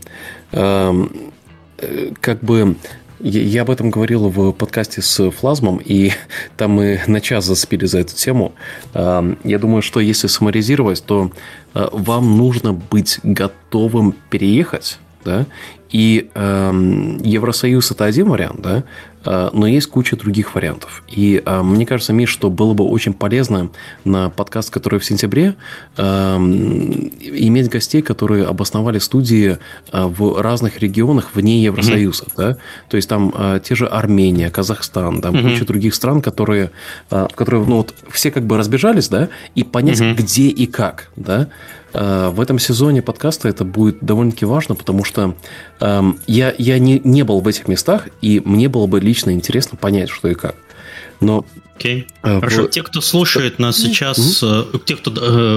как бы... Я об этом говорил в подкасте с Флазмом, и там мы на час зацепили за эту тему. Я думаю, что если саммаризировать, то вам нужно быть готовым переехать, да? И Евросоюз – это один вариант, да? Но есть куча других вариантов. И мне кажется, Миш, что было бы очень полезно на подкаст, который в сентябре, иметь гостей, которые обосновали студии в разных регионах вне Евросоюза. Да? То есть там те же Армения, Казахстан, там куча других стран, которые все как бы разбежались, да, и понять, где и как, да. В этом сезоне подкаста это будет довольно-таки важно, потому что я не был в этих местах, и мне было бы лично интересно понять, что и как. Но Хорошо, те, кто слушает нас сейчас, те, кто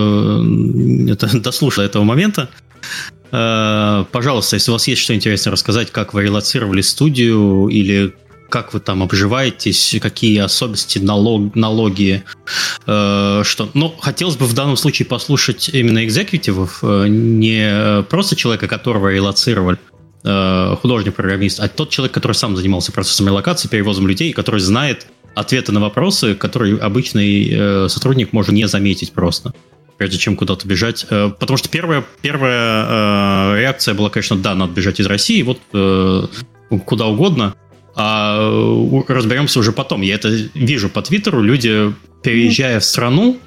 дослушал до этого момента, пожалуйста, если у вас есть что интересное рассказать, как вы релоцировали студию или как вы там обживаетесь, какие особенности, налоги, что... Ну, хотелось бы в данном случае послушать именно экзекьютивов, не просто человека, которого релоцировали, художник-программист, а тот человек, который сам занимался процессом релокации, перевозом людей, который знает ответы на вопросы, которые обычный сотрудник может не заметить просто, прежде чем куда-то бежать. Потому что первая реакция была, конечно, да, надо бежать из России, вот куда угодно, а разберемся уже потом. Я это вижу по Твиттеру, люди, переезжая в страну,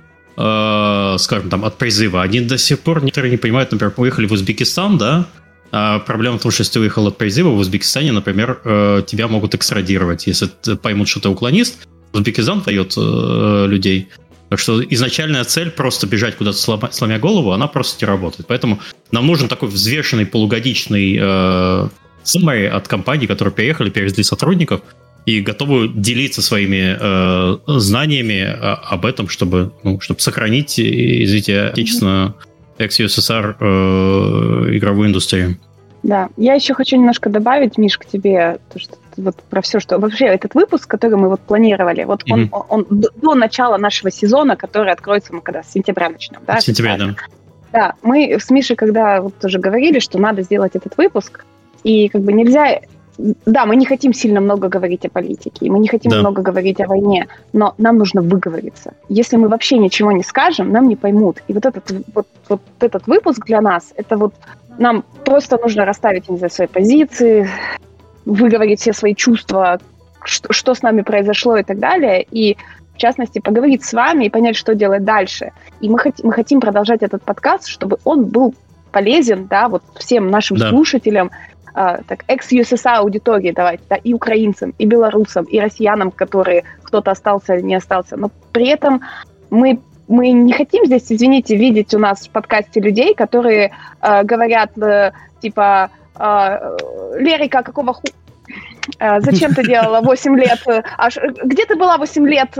скажем, там, от призыва, они до сих пор некоторые не понимают, например, уехали в Узбекистан, да, а проблема в том, что если ты уехал от призыва в Узбекистане, например, тебя могут экстрадировать, если поймут, что ты уклонист. Узбекистан дает людей. Так что изначальная цель просто бежать куда-то сломя голову, она просто не работает. Поэтому нам нужен такой взвешенный полугодичный summary от компаний, которые переехали, перевезли сотрудников и готовы делиться своими знаниями об этом, чтобы сохранить, извините, отечественную ex-USSR игровую индустрию. Да, я еще хочу немножко добавить, Миш, к тебе, то, что вот про все, что вообще этот выпуск, который мы вот планировали, вот он до начала нашего сезона, который откроется, мы когда с сентября начнем, да? В сентябре, да. Да, мы с Мишей когда вот тоже говорили, что надо сделать этот выпуск, и как бы нельзя... Да, мы не хотим сильно много говорить о политике, и мы не хотим много говорить о войне, но нам нужно выговориться. Если мы вообще ничего не скажем, нам не поймут. И вот этот выпуск для нас, это вот нам просто нужно расставить, не знаю, свои позиции, выговорить все свои чувства, что с нами произошло и так далее, и в частности поговорить с вами и понять, что делать дальше. И мы хотим продолжать этот подкаст, чтобы он был полезен, да, вот всем нашим слушателям, так, ex-USSR аудитории, давайте, да, и украинцам, и белорусам, и россиянам, которые кто-то остался или не остался. Но при этом мы не хотим здесь, извините, видеть у нас в подкасте людей, которые говорят, типа, Лерика, какого зачем ты делала 8 лет? Где ты была 8 лет?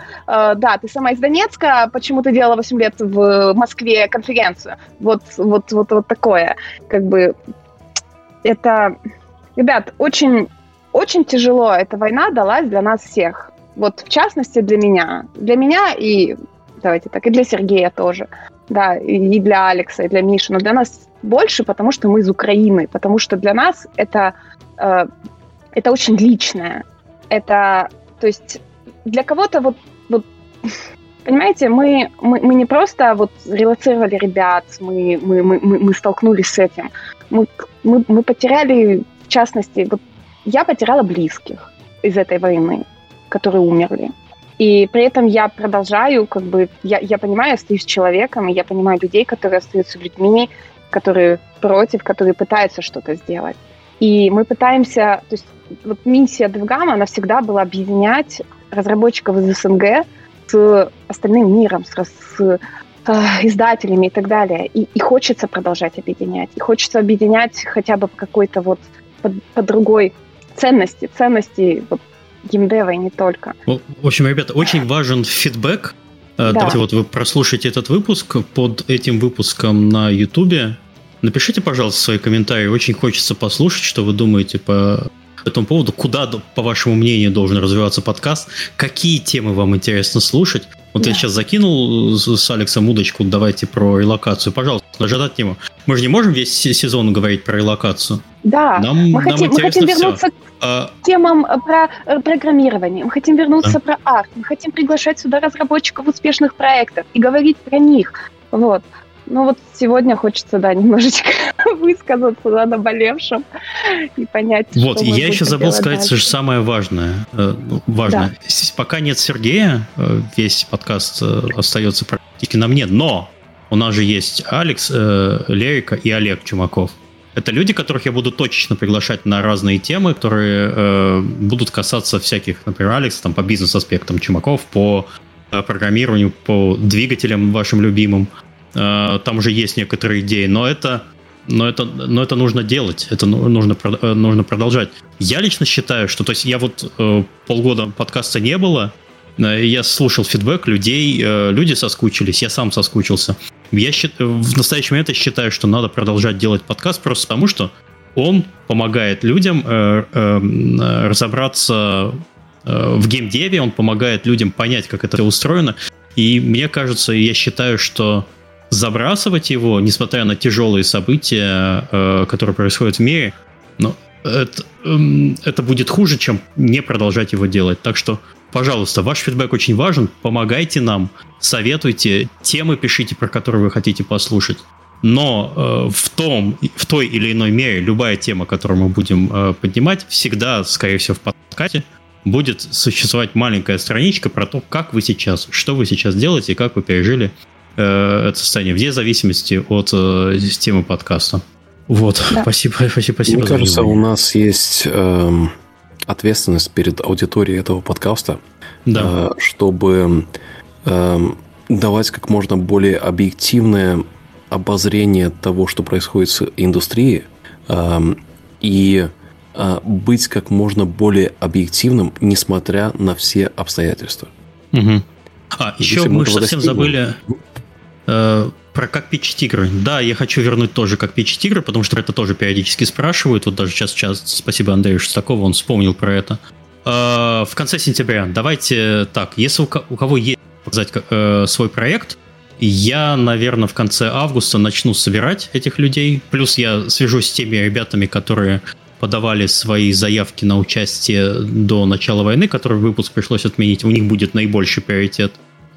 Да, ты сама из Донецка. Почему ты делала 8 лет в Москве конференцию? Вот такое. Как бы это... Ребят, очень, очень тяжело эта война далась для нас всех. Вот в частности для меня. Для меня и, давайте так, и для Сергея тоже. Да, и для Алекса, и для Миши. Но для нас больше, потому что мы из Украины, потому что для нас это очень личное. Это, то есть для кого-то вот понимаете, мы не просто вот релоцировали ребят, мы столкнулись с этим. Мы потеряли, в частности, вот я потеряла близких из этой войны, которые умерли. И при этом я продолжаю, как бы, я понимаю, я остаюсь человеком, и я понимаю людей, которые остаются людьми, которые против, которые пытаются что-то сделать. И мы пытаемся, то есть вот миссия DevGam, она всегда была объединять разработчиков из СНГ с остальным миром, с издателями и так далее. И хочется продолжать объединять. И хочется объединять хотя бы по какой-то вот по другой ценности вот, геймдева и не только. В общем, ребята, очень важен фидбэк. Да. Давайте вот вы прослушайте этот выпуск. Под этим выпуском на YouTube напишите, пожалуйста, свои комментарии. Очень хочется послушать, что вы думаете по этому поводу. Куда, по вашему мнению, должен развиваться подкаст? Какие темы вам интересно слушать? Вот я сейчас закинул с Алексом удочку. Давайте про релокацию. Пожалуйста, нажать тему. Мы же не можем весь сезон говорить про релокацию. Да, мы хотим вернуться к темам про программирование, мы хотим вернуться про арт, мы хотим приглашать сюда разработчиков успешных проектов и говорить про них. Вот. Ну вот сегодня хочется, да, немножечко высказаться о наболевшем и понять, вот, что мы я еще забыл сказать дальше. Самое важное. Да. Пока нет Сергея, весь подкаст остается практически на мне, но у нас же есть Алекс, Лерика и Олег Чумаков. Это люди, которых я буду точечно приглашать на разные темы, которые будут касаться всяких, например, Алекс там, по бизнес-аспектам, Чумаков по программированию, по двигателям вашим любимым. Там уже есть некоторые идеи, но это нужно делать, это нужно продолжать. Я лично считаю, что, то есть я вот полгода подкаста не было, я слушал фидбэк людей, люди соскучились, я сам соскучился. В настоящий момент я считаю, что надо продолжать делать подкаст просто потому, что он помогает людям разобраться в геймдеве, он помогает людям понять, как это устроено. И мне кажется, я считаю, что забрасывать его, несмотря на тяжелые события, которые происходят в мире, но это будет хуже, чем не продолжать его делать. Так что, пожалуйста, ваш фидбэк очень важен. Помогайте нам, советуйте, темы пишите, про которые вы хотите послушать. Но в той или иной мере любая тема, которую мы будем поднимать, всегда, скорее всего, в подкасте будет существовать маленькая страничка про то, как вы сейчас, что вы сейчас делаете, как вы пережили это состояние, вне зависимости от темы подкаста. Вот, да. Спасибо. Мне кажется, у нас есть ответственность перед аудиторией этого подкаста, да. Чтобы давать как можно более объективное обозрение того, что происходит с индустрией, и быть как можно более объективным, несмотря на все обстоятельства. Угу. Еще мы же совсем забыли про как пичить игры. Да, я хочу вернуть тоже как пичить игры, потому что это тоже периодически спрашивают. Вот даже сейчас спасибо Андрею Шестакову, он вспомнил про это. В конце сентября давайте так, если у кого есть показать свой проект, я, наверное, в конце августа начну собирать этих людей. Плюс я свяжусь с теми ребятами, которые подавали свои заявки на участие до начала войны, который выпуск пришлось отменить. У них будет наибольший приоритет.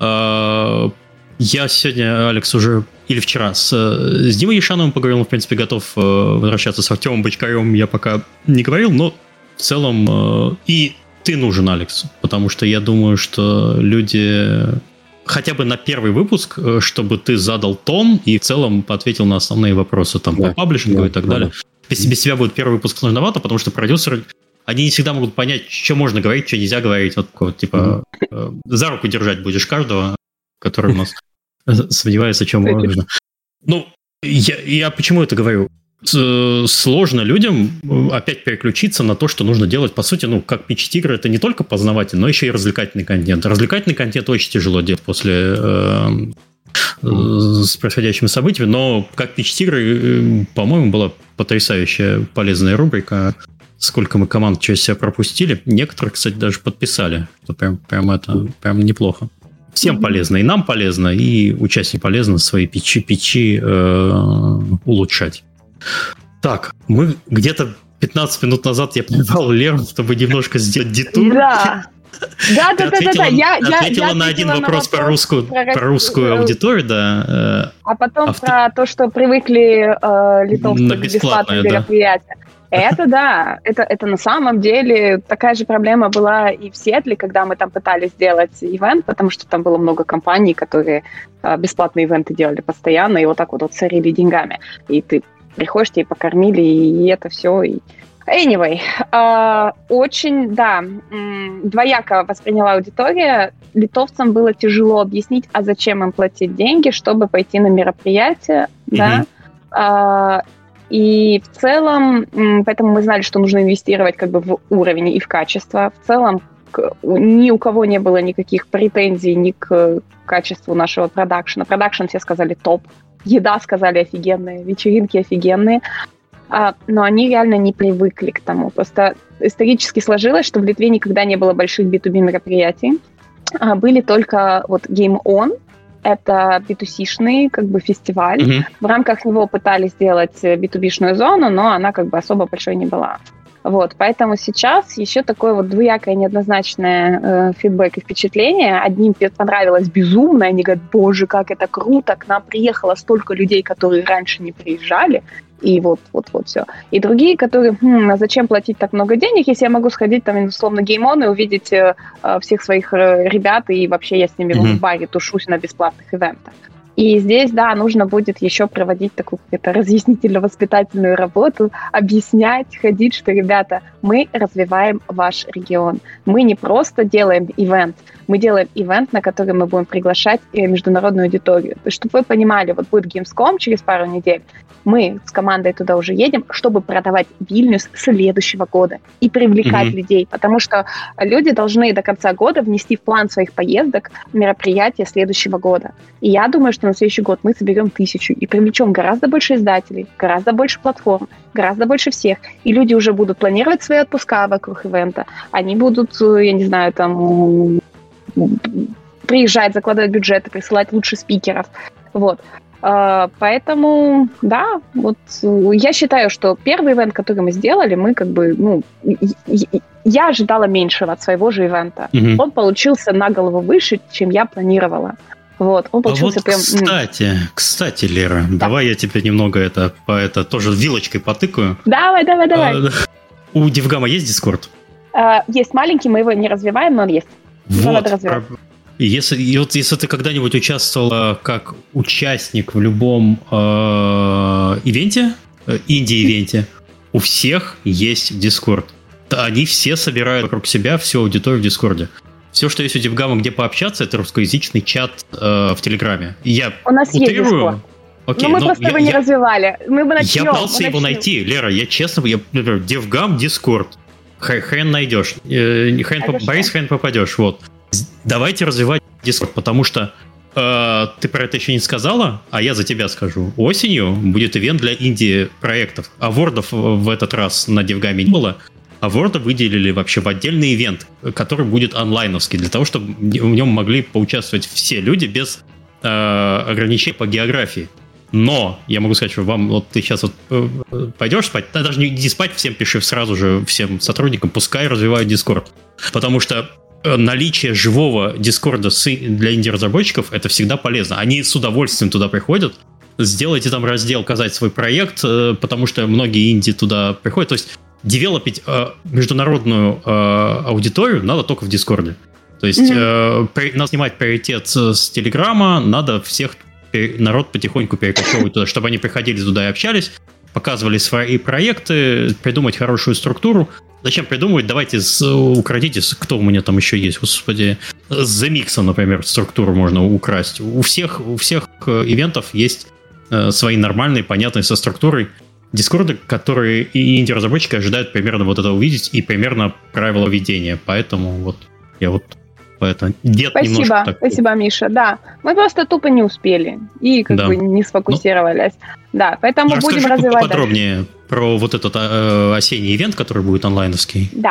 Я сегодня, Алекс, уже или вчера с Димой Ешановым поговорил, он, в принципе, готов возвращаться с Артемом Бочкаревым, я пока не говорил, но в целом и ты нужен, Алекс, потому что я думаю, что люди хотя бы на первый выпуск, чтобы ты задал тон и в целом ответил на основные вопросы там, по паблишингу и так далее. Без тебя будет первый выпуск сложновато, потому что продюсеры, они не всегда могут понять, что можно говорить, что нельзя говорить. Вот типа, за руку держать будешь каждого, который у нас сомневается, чем можно. Ну, я почему это говорю? Сложно людям опять переключиться на то, что нужно делать. По сути, как пичить игры, это не только познавательный, но еще и развлекательный контент. Развлекательный контент очень тяжело делать после с происходящими событиями, но как пичить игры, по-моему, была потрясающая полезная рубрика. Сколько мы команд через себя пропустили. Некоторые, кстати, даже подписали. Прям неплохо. Всем полезно, и нам полезно, и участникам полезно свои печи улучшать. Так, мы где-то 15 минут назад я прервал Леру, чтобы немножко сделать детур. Да. Да. Я ответила на один вопрос про русскую аудиторию, да. А потом про то, что привыкли литовцы к бесплатным мероприятиям. Это да, это на самом деле такая же проблема была и в Сиэтле, когда мы там пытались сделать ивент, потому что там было много компаний, которые бесплатные ивенты делали постоянно, и вот так вот сорили деньгами. И ты приходишь, тебе покормили, и это все. Anyway, очень, да, двояко восприняла аудитория. Литовцам было тяжело объяснить, а зачем им платить деньги, чтобы пойти на мероприятие, да. И в целом, поэтому мы знали, что нужно инвестировать как бы в уровень и в качество. В целом, ни у кого не было никаких претензий ни к качеству нашего продакшена. Продакшн все сказали топ, еда сказали офигенная, вечеринки офигенные. Но они реально не привыкли к тому. Просто исторически сложилось, что в Литве никогда не было больших B2B мероприятий. Были только вот Game On, это B2C-шный как бы фестиваль. В рамках него пытались сделать B2B-шную зону, но она как бы особо большой не была. Вот, поэтому сейчас еще такое вот двоякое неоднозначное фидбэк и впечатление. Одним понравилось безумно, они говорят, боже, как это круто, к нам приехало столько людей, которые раньше не приезжали, и вот все. И другие, которые, а зачем платить так много денег, если я могу сходить там, условно, геймон и увидеть всех своих ребят, и вообще я с ними в баре тушусь на бесплатных ивентах. И здесь, да, нужно будет еще проводить такую какую-то разъяснительно-воспитательную работу, объяснять, ходить, что, ребята, мы развиваем ваш регион. Мы не просто делаем ивент, мы делаем ивент, на который мы будем приглашать международную аудиторию. То есть, чтобы вы понимали, вот будет Gamescom через пару недель, мы с командой туда уже едем, чтобы продавать Вильнюс следующего года и привлекать людей, потому что люди должны до конца года внести в план своих поездок мероприятия следующего года. И я думаю, что на следующий год мы соберем 1000 и привлечем гораздо больше издателей, гораздо больше платформ, гораздо больше всех. И люди уже будут планировать свои отпуска вокруг ивента. Они будут, я не знаю, там приезжать, закладывать бюджеты, присылать лучше спикеров. Вот. Поэтому, да, вот я считаю, что первый ивент, который мы сделали, мы как бы, я ожидала меньшего от своего же ивента. Он получился на голову выше, чем я планировала. Вот, он получился вот, кстати, Лера, да. Давай я тебе немного это тоже вилочкой потыкаю. Давай. У Девгама есть Discord? Есть маленький, мы его не развиваем, но он есть. Его надо развивать. Если ты когда-нибудь участвовала как участник в любом ивенте, инди-ивенте, у всех есть Discord. Они все собирают вокруг себя всю аудиторию в Дискорде. Все, что есть у Девгама, где пообщаться, это русскоязычный чат в Телеграме. У нас есть Discord. Окей, но мы просто его не развивали. Мы бы начнем. Я пытался его найти, Лера, я честно, например, Девгам, Discord. Хрен найдешь. Хрен попадешь, вот. Давайте развивать Discord, потому что ты про это еще не сказала, а я за тебя скажу. Осенью будет ивент для инди-проектов. Авордов в этот раз на Девгаме не было. Аворда выделили вообще в отдельный ивент, который будет онлайновский, для того, чтобы в нем могли поучаствовать все люди без ограничений по географии. Но я могу сказать, что вам вот ты сейчас вот пойдешь спать, даже не иди спать, всем пиши сразу же, всем сотрудникам, пускай развивают Discord. Потому что наличие живого Дискорда для инди-разработчиков это всегда полезно. Они с удовольствием туда приходят. Сделайте там раздел «Казать свой проект», потому что многие инди туда приходят. То есть девелопить международную аудиторию надо только в Дискорде. То есть надо снимать приоритет с Телеграма, надо всех народ потихоньку перекочевывать туда, чтобы они приходили туда и общались, показывали свои проекты, придумать хорошую структуру. Зачем придумывать? Давайте украдите, кто у меня там еще есть, господи. С The Mix, например, структуру можно украсть. У всех ивентов есть свои нормальные, понятные со структурой дискорды, которые и инди-разработчики ожидают примерно вот это увидеть и примерно правила ведения. Поэтому вот я вот поэтому Спасибо, Миша. Да, мы просто тупо не успели и как бы не сфокусировались. Да, поэтому будем развивать подробнее про вот этот осенний ивент, который будет онлайновский. Да.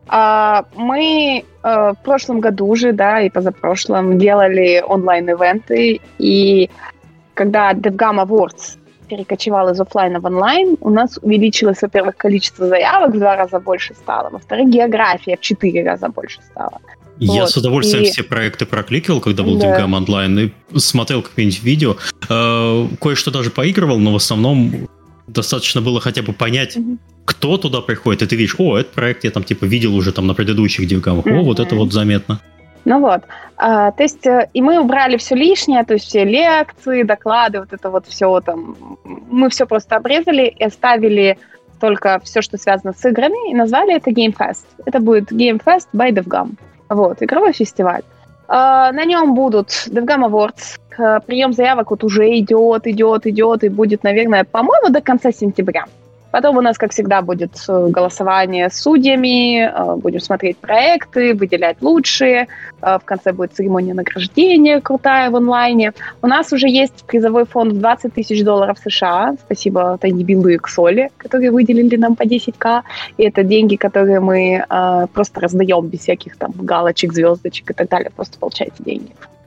Мы в прошлом году уже, да, и позапрошлом делали онлайн-ивенты, и когда DevGam Awards перекочевал из офлайна в онлайн, у нас увеличилось, во-первых, количество заявок в 2 раза больше стало, во-вторых, география в 4 раза больше стала. Я с удовольствием все проекты прокликивал, когда был DevGam онлайн, и смотрел какое-нибудь видео. Кое-что даже поигрывал, но в основном достаточно было хотя бы понять, кто туда приходит, и ты видишь, этот проект я там типа видел уже там на предыдущих DevGam'ах, вот это вот заметно. Ну вот, то есть и мы убрали все лишнее, то есть все лекции, доклады, вот это вот все там, мы все просто обрезали и оставили только все, что связано с играми, и назвали это Game Fest. Это будет Game Fest by DevGam. Вот, игровой фестиваль. На нем будут DevGam Awards, прием заявок вот уже идет, и будет, наверное, по-моему, до конца сентября. Потом у нас, как всегда, будет голосование с судьями, будем смотреть проекты, выделять лучшие. В конце будет церемония награждения крутая в онлайне. У нас уже есть призовой фонд в $20 тысяч США. Спасибо TinyBuild и Xoli, которые выделили нам по 10К. И это деньги, которые мы просто раздаем без всяких там галочек, звездочек и так далее. Просто получаете деньги.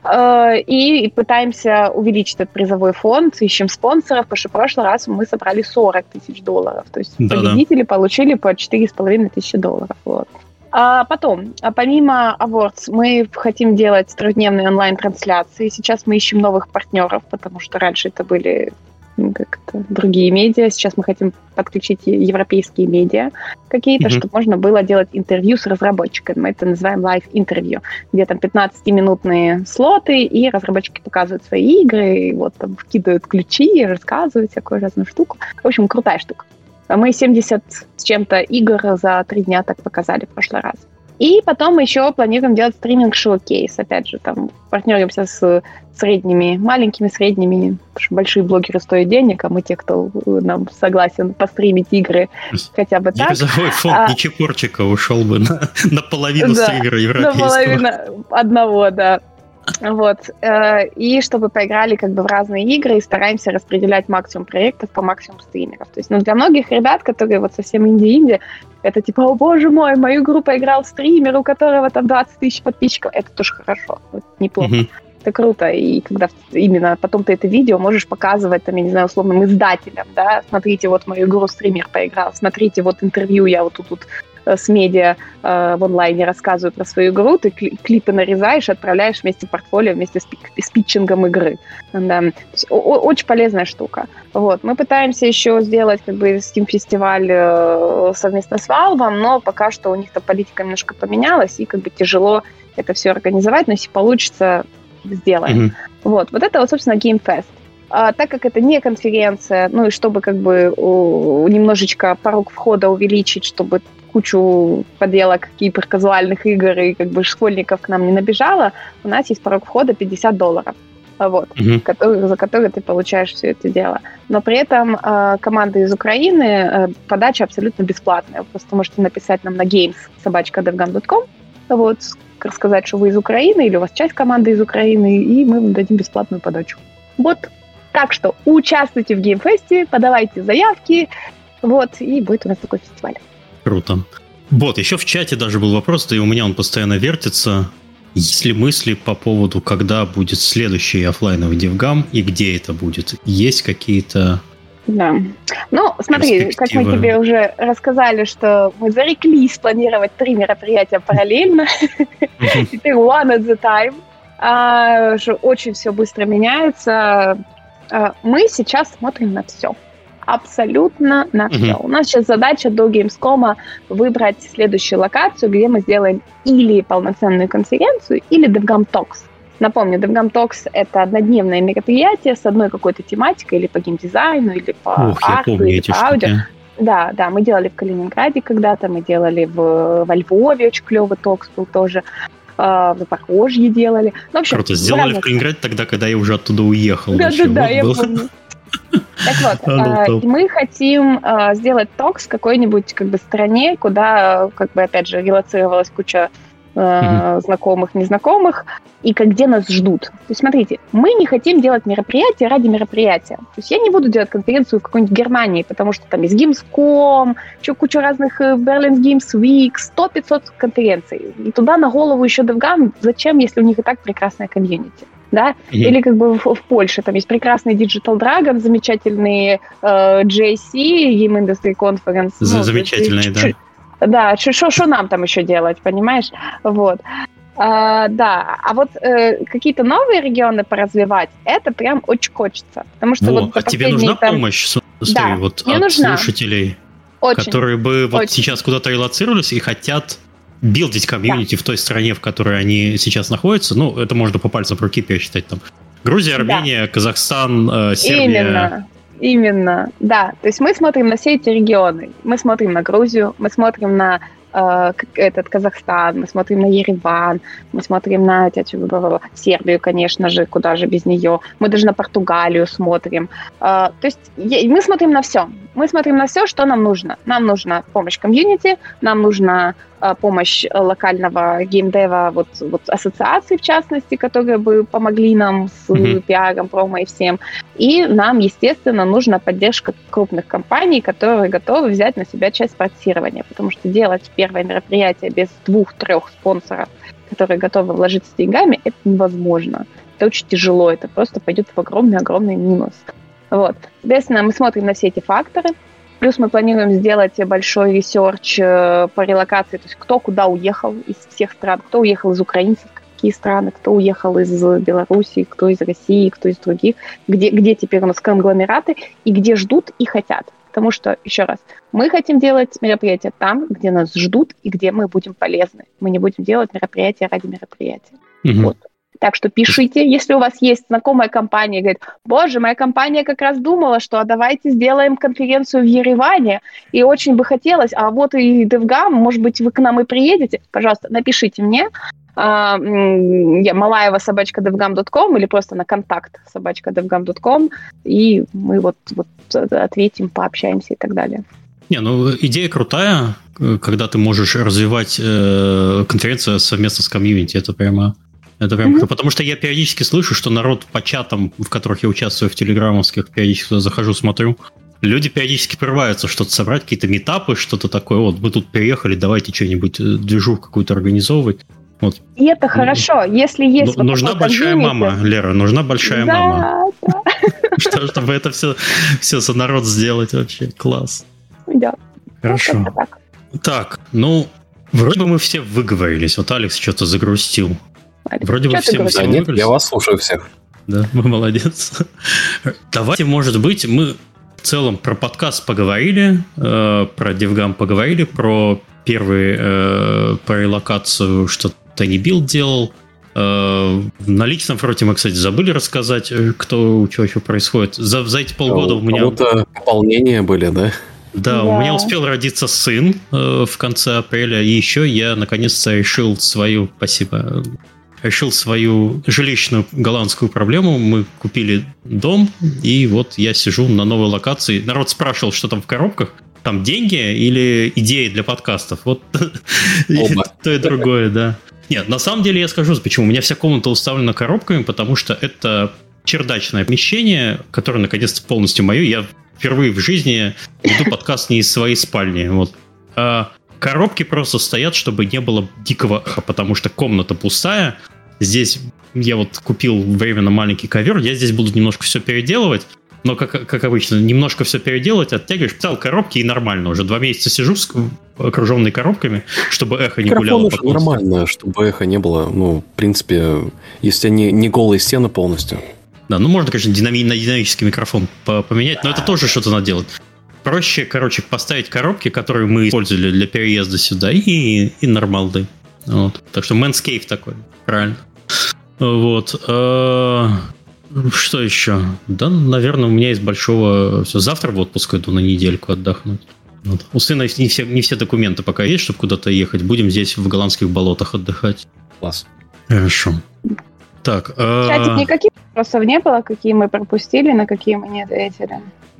И пытаемся увеличить этот призовой фонд, ищем спонсоров, потому что в прошлый раз мы собрали $40 тысяч. То есть победители получили по $4,5 тысячи. Вот. Потом, помимо Awards, мы хотим делать трехдневные онлайн-трансляции. Сейчас мы ищем новых партнеров, потому что раньше это были другие медиа. Сейчас мы хотим подключить европейские медиа какие-то, чтобы можно было делать интервью с разработчиками. Мы это называем live-интервью, где там 15-минутные слоты, и разработчики показывают свои игры, и вот там вкидывают ключи, рассказывают всякую разную штуку. В общем, крутая штука. Мы 70 с чем-то игр за 3 дня так показали в прошлый раз. И потом мы еще планируем делать стриминг-шоу-кейс. Опять же, там партнеримся с средними, маленькими, средними, потому что большие блогеры стоят денег, а мы те, кто нам согласен постримить игры хотя бы так. Призовой фонд Ничепорчика ушел бы на половину стримера европейского. На половину одного, да. Вот. И чтобы поиграли как бы в разные игры, и стараемся распределять максимум проектов по максимуму стримеров. То есть, для многих ребят, которые вот совсем инди-инди, это типа, о боже мой, в мою игру поиграл стример, у которого там 20 тысяч подписчиков. Это тоже хорошо, вот, неплохо. Это круто, и когда именно потом ты это видео можешь показывать, там, я не знаю, условным издателям, да, смотрите, вот в мою игру стример поиграл, смотрите, вот интервью я вот тут с медиа в онлайне рассказываю про свою игру, ты клипы нарезаешь, отправляешь вместе в портфолио, вместе с питчингом игры. Да. Очень полезная штука. Вот. Мы пытаемся еще сделать как бы Steam-фестиваль совместно с Valve, но пока что у них-то политика немножко поменялась, и как бы тяжело это все организовать, но если получится, сделаем. Вот это вот, собственно, Game Fest. Так как это не конференция, и чтобы как бы немножечко порог входа увеличить, чтобы кучу поделок гиперказуальных игр и как бы школьников к нам не набежало, у нас есть порог входа $50, вот, за который ты получаешь все это дело. Но при этом команда из Украины, подача абсолютно бесплатная. Вы просто можете написать нам на games@devgam.com, вот, рассказать, что вы из Украины или у вас часть команды из Украины, и мы вам дадим бесплатную подачу. Вот. Так что участвуйте в геймфесте, подавайте заявки, вот, и будет у нас такой фестиваль. Круто. Вот, еще в чате даже был вопрос, да и у меня он постоянно вертится. Есть ли мысли по поводу, когда будет следующий офлайновый DevGam и где это будет? Есть какие-то... Да. Смотри, как мы тебе уже рассказали, что мы зареклись планировать 3 мероприятия параллельно. Теперь one at the time. Что очень все быстро меняется. Мы сейчас смотрим на все. Абсолютно на все. У нас сейчас задача до Gamescom выбрать следующую локацию, где мы сделаем или полноценную конференцию, или DevGam Talks. Напомню, DevGam Talks — это однодневное мероприятие с одной какой-то тематикой, или по геймдизайну, или по арту, или по аудио. Да, мы делали в Калининграде когда-то, мы делали во Львове, очень клевый Talks был тоже. В Запорожье делали. В общем, круто, сделали в Калининграде тогда, когда я уже оттуда уехал. Да, я помню. Так вот, мы хотим сделать токс в какой-нибудь как бы стране, куда, как бы, опять же, релоцировалась куча знакомых, незнакомых, и где нас ждут. То есть, смотрите, мы не хотим делать мероприятие ради мероприятия. То есть я не буду делать конференцию в какой-нибудь Германии, потому что там есть Gamescom, куча разных Berlin Games Week, 100-500 конференций. И туда на голову еще DevGam. Зачем, если у них и так прекрасная комьюнити? Да? Или в Польше там есть прекрасный Digital Dragon, замечательные JC, Game Industry Conference. Замечательные, да. Да, что нам там еще делать, понимаешь? Вот. Да, а вот какие-то новые регионы поразвивать, это прям очень хочется. Потому что а тебе нужна помощь, да, от слушателей, очень, которые бы сейчас куда-то релоцировались и хотят билдить комьюнити в той стране, в которой они сейчас находятся? Ну, это можно по пальцам руки пересчитать. Там Грузия, Армения, Казахстан, Сербия... Именно, да. То есть мы смотрим на все эти регионы. Мы смотрим на Грузию, мы смотрим на Казахстан, мы смотрим на Ереван, мы смотрим на Сербию, конечно же, куда же без нее. Мы даже на Португалию смотрим. То есть мы смотрим на все. Мы смотрим на все, что нам нужно. Нам нужна помощь комьюнити, нам нужна помощь локального геймдева, вот ассоциаций, в частности, которые бы помогли нам с пиаром, промо и всем. И нам, естественно, нужна поддержка крупных компаний, которые готовы взять на себя часть спонсирования, потому что делать первое мероприятие без 2-3 спонсоров, которые готовы вложиться деньгами, это невозможно. Это очень тяжело, это просто пойдет в огромный-огромный минус. Вот. Соответственно, мы смотрим на все эти факторы. Плюс мы планируем сделать большой ресерч по релокации, то есть кто куда уехал из всех стран, кто уехал из украинцев, какие страны, кто уехал из Беларуси, кто из России, кто из других, где теперь у нас конгломераты и где ждут и хотят. Потому что, еще раз, мы хотим делать мероприятия там, где нас ждут и где мы будем полезны. Мы не будем делать мероприятия ради мероприятия. Вот. Так что пишите, если у вас есть знакомая компания, говорит, боже, моя компания как раз думала, что давайте сделаем конференцию в Ереване, и очень бы хотелось, а вот и DevGam, может быть, вы к нам и приедете, пожалуйста, напишите мне, malaeva@devgam.com или просто на контакт @devgam.com, и мы вот ответим, пообщаемся и так далее. Идея крутая, когда ты можешь развивать конференцию совместно с комьюнити, это прям круто, потому что я периодически слышу, что народ по чатам, в которых я участвую в телеграммовских, периодически туда захожу, смотрю, люди периодически прорываются что-то собрать, какие-то митапы, что-то такое, вот мы тут приехали, давайте что-нибудь, движуху какую-то организовывать. Вот. И это хорошо, если есть... Нужна большая мама, Лера, нужна большая мама. Да. Чтобы это все за народ сделать вообще, класс. Да. Хорошо. Так, вроде бы мы все выговорились, вот Алекс что-то загрустил. Вроде бы всем нет, я вас слушаю всех. Да, мы молодец. Давайте, может быть, мы в целом про подкаст поговорили, про DevGam поговорили, про про релокацию, что Тани Билд делал. На личном фронте мы, кстати, забыли рассказать, что еще происходит. За эти полгода у меня... Кому-то пополнения были, да? Да, у меня успел родиться сын в конце апреля, и еще я наконец-то решил свою жилищную голландскую проблему. Мы купили дом, и вот я сижу на новой локации. Народ спрашивал, что там в коробках. Там деньги или идеи для подкастов? Вот то и другое, да. Нет, на самом деле я скажу, почему. У меня вся комната уставлена коробками, потому что это чердачное помещение, которое наконец-то полностью мое. Я впервые в жизни веду подкаст не из своей спальни. Вот. Коробки просто стоят, чтобы не было дикого эха, потому что комната пустая. Здесь я вот купил временно маленький ковер, я здесь буду немножко все переделывать, но, как обычно, немножко все переделать, оттягиваешь, взял коробки и нормально. Уже 2 месяца сижу окруженный коробками, чтобы эхо не гуляло по комнате. Нормально, чтобы эхо не было, в принципе, если не голые стены полностью. Да, можно, конечно, на динамический микрофон поменять, но это тоже что-то надо делать. Проще, поставить коробки, которые мы использовали для переезда сюда, и нормалды. Вот. Так что Manscaped такой, правильно. Вот. Что еще? Да, наверное, у меня из большого... Все, завтра в отпуск иду на недельку отдохнуть. Вот. У сына не все документы пока есть, чтобы куда-то ехать. Будем здесь в голландских болотах отдыхать. Класс. Хорошо. Так. Кстати, никаких вопросов не было, какие мы пропустили, на какие мы не ответили?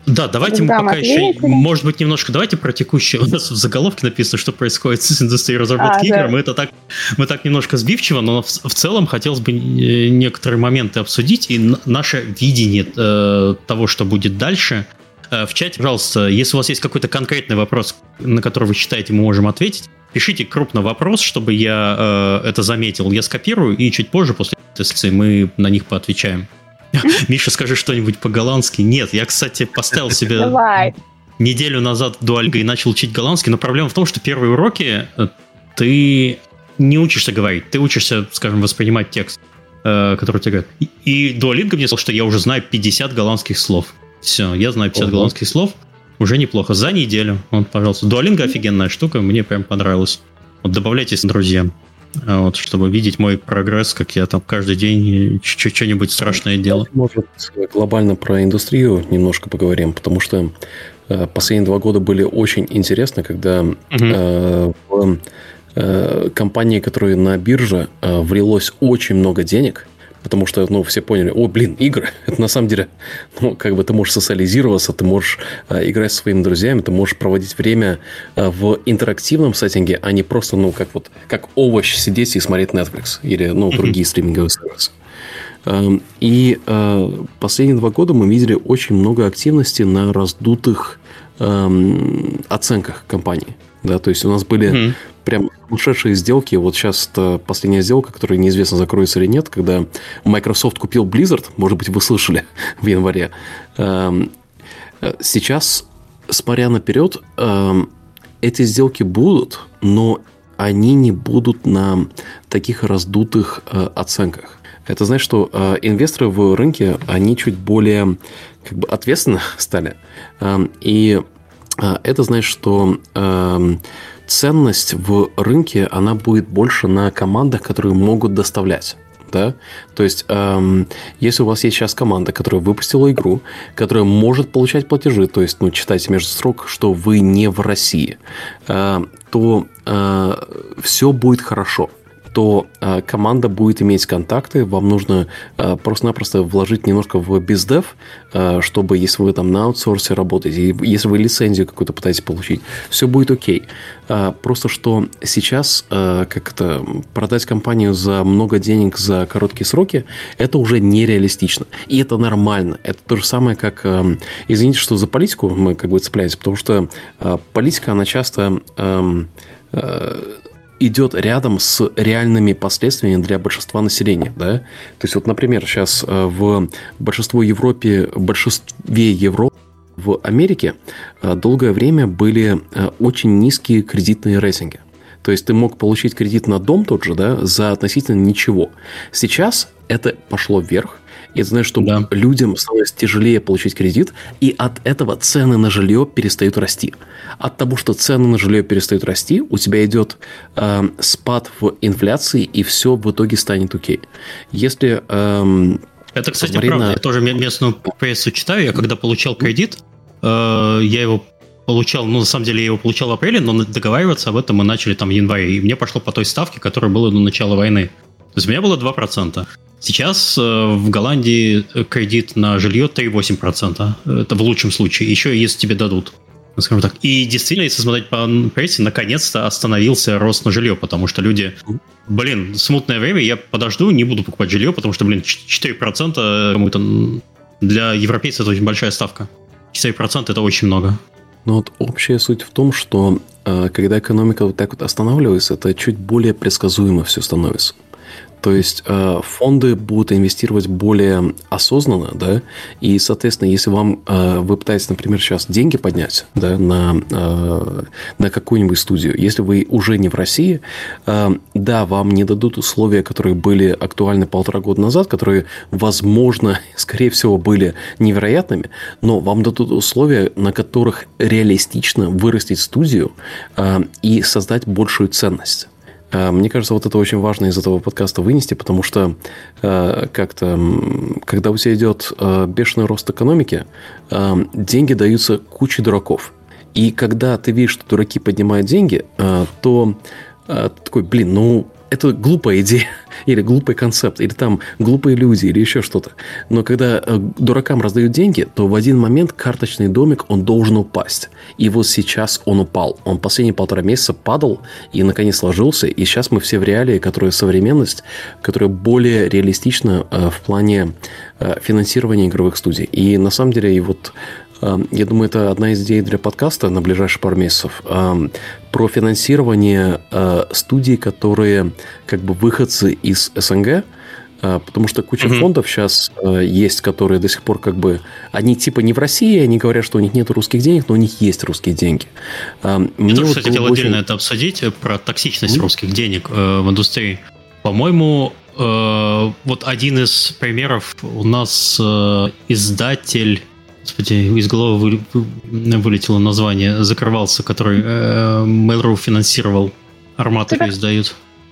Да, давайте мы пока еще, может быть, немножко, давайте про текущее. У нас в заголовке написано, что происходит с индустрией разработки игр. Да. Мы так немножко сбивчиво, но в целом хотелось бы некоторые моменты обсудить и наше видение того, что будет дальше. В чате, пожалуйста, если у вас есть какой-то конкретный вопрос, на который вы считаете, мы можем ответить, пишите крупно вопрос, чтобы я это заметил. Я скопирую, и чуть позже, после лекции, мы на них поотвечаем. Миша, скажи что-нибудь по-голландски. Нет, я, кстати, поставил себе неделю назад дуалинго и начал учить голландский, но проблема в том, что первые уроки ты не учишься говорить, ты учишься, скажем, воспринимать текст, который тебе говорят. И дуалинго мне сказал, что я уже знаю 50 голландских слов. Все, я знаю 50 голландских слов, уже неплохо. За неделю, вот, пожалуйста. Дуалинго офигенная штука, мне прям понравилось. Вот добавляйтесь, друзья. Вот, чтобы видеть мой прогресс, как я там каждый день что-нибудь страшное делаю. Может, глобально про индустрию немножко поговорим, потому что последние 2 года были очень интересны, когда в компании, которые на бирже, влилось очень много денег, потому что, все поняли, игры, это на самом деле, ты можешь социализироваться, ты можешь играть со своими друзьями, ты можешь проводить время в интерактивном сеттинге, а не просто, как овощ сидеть и смотреть Netflix или, другие стриминговые сервисы. И последние 2 года мы видели очень много активности на раздутых оценках компаний. Да, то есть у нас были прям ушедшие сделки. Вот сейчас последняя сделка, которая неизвестно, закроется или нет, когда Microsoft купил Blizzard, может быть, вы слышали в январе. Сейчас, смотря наперед, эти сделки будут, но они не будут на таких раздутых оценках. Это значит, что инвесторы в рынке, они чуть более ответственно стали. И это значит, что ценность в рынке, она будет больше на командах, которые могут доставлять. Да? То есть, если у вас есть сейчас команда, которая выпустила игру, которая может получать платежи, то есть, читайте между строк, что вы не в России, то все будет хорошо. То команда будет иметь контакты, вам нужно просто-напросто вложить немножко в бездев, чтобы, если вы там на аутсорсе работаете, если вы лицензию какую-то пытаетесь получить, все будет окей. Просто что сейчас продать компанию за много денег за короткие сроки, это уже нереалистично. И это нормально. Это то же самое, как... Извините, что за политику мы цепляемся, потому что политика, она часто... идет рядом с реальными последствиями для большинства населения. Да? То есть, например, сейчас в большинстве Европы, в Америке долгое время были очень низкие кредитные рейтинги. То есть, ты мог получить кредит на дом тот же, да, за относительно ничего. Сейчас это пошло вверх. И это значит, что людям становится тяжелее получить кредит, и от этого цены на жилье перестают расти. От того, что цены на жилье перестают расти, у тебя идет спад в инфляции, и все в итоге станет окей. Если... это, кстати, правда. Я тоже местную прессу читаю. Я когда получал кредит, я его получал, на самом деле я его получал в апреле, но договариваться об этом мы начали в январе. И мне пошло по той ставке, которая была до начала войны. То есть у меня было 2%. Сейчас в Голландии кредит на жилье 3,8%. Это в лучшем случае. Еще если тебе дадут. Скажем так. И действительно, если смотреть по прессе, наконец-то остановился рост на жилье, потому что люди... смутное время, я подожду, не буду покупать жилье, потому что, 4% кому-то... Для европейцев это очень большая ставка. 4% это очень много. Но общая суть в том, что когда экономика вот так останавливается, это чуть более предсказуемо все становится. То есть фонды будут инвестировать более осознанно, да, и, соответственно, если вы пытаетесь, например, сейчас деньги поднять, да, на какую-нибудь студию, если вы уже не в России, да, вам не дадут условия, которые были актуальны 1,5 года назад, которые, возможно, скорее всего, были невероятными, но вам дадут условия, на которых реалистично вырастить студию и создать большую ценность. Мне кажется, вот это очень важно из этого подкаста вынести, потому что когда у тебя идет бешеный рост экономики, деньги даются куче дураков. И когда ты видишь, что дураки поднимают деньги, то ты такой, это глупая идея, или глупый концепт, или там глупые люди, или еще что-то. Но когда дуракам раздают деньги, то в один момент карточный домик, он должен упасть. И вот сейчас он упал. Он последние 1,5 месяца падал и, наконец, сложился. И сейчас мы все в реалии, которая современность, которая более реалистична в плане финансирования игровых студий. И, на самом деле, и вот... Я думаю, это одна из идей для подкаста на ближайшие пару месяцев. Про финансирование студий, которые как бы выходцы из СНГ, потому что куча фондов сейчас есть, которые до сих пор как бы... Они типа не в России, они говорят, что у них нет русских денег, но у них есть русские деньги. Я тоже, кстати, хотел отдельно это обсудить, про токсичность русских денег в индустрии. По-моему, вот один из примеров у нас издатель... Господи, из головы вылетело название. Закрывался, который Mail.ru финансировал. Армату издают.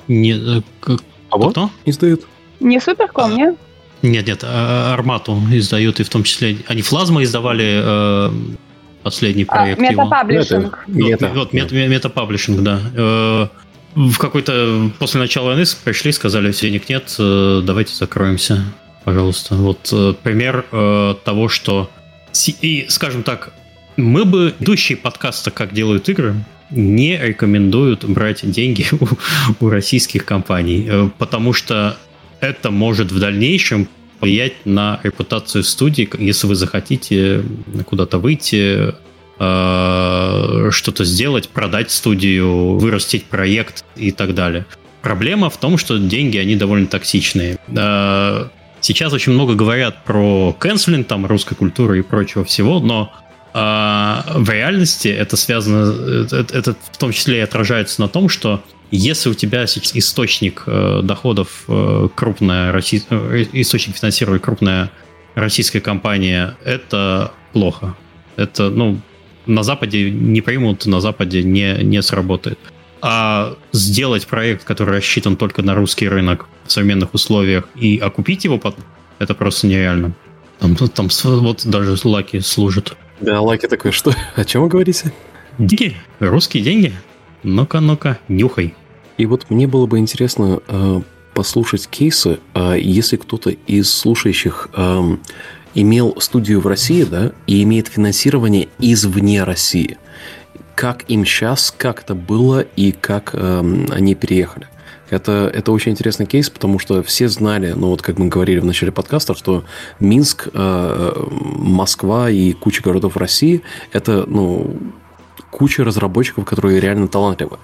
Кто? Издают? Не Суперком, нет? Нет, Армату издают, и в том числе... Они Флазма издавали последний проект. Метапаблишинг. Метапаблишинг, да. В какой-то... После начала войны пришли, сказали, денег нет, давайте закроемся, пожалуйста. Вот пример того, что... И, скажем так, мы бы, ведущие подкаста «Как делают игры», не рекомендуют брать деньги у российских компаний, потому что это может в дальнейшем влиять на репутацию студии, если вы захотите куда-то выйти, что-то сделать, продать студию, вырастить проект и так далее. Проблема в том, что деньги, они довольно токсичные. Сейчас очень много говорят про канцелинг, там, русской культуры и прочего всего, но в реальности это связано, это в том числе и отражается на том, что если у тебя сейчас источник доходов источник финансирования крупная российская компания, это плохо. Это, на Западе не примут, на Западе не сработает. А сделать проект, который рассчитан только на русский рынок в современных условиях и окупить его потом, это просто нереально. Там вот даже Лаки служит. Да, Лаки такой, что? О чем вы говорите? Деньги? Русские деньги? Ну-ка, нюхай. И вот мне было бы интересно послушать кейсы, если кто-то из слушающих имел студию в России, да, и имеет финансирование извне России. Как им сейчас, как это было и как они переехали. Это очень интересный кейс, потому что все знали, вот как мы говорили в начале подкаста, что Минск, Москва и куча городов России – это куча разработчиков, которые реально талантливы.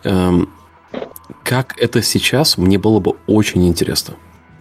Как это сейчас, мне было бы очень интересно.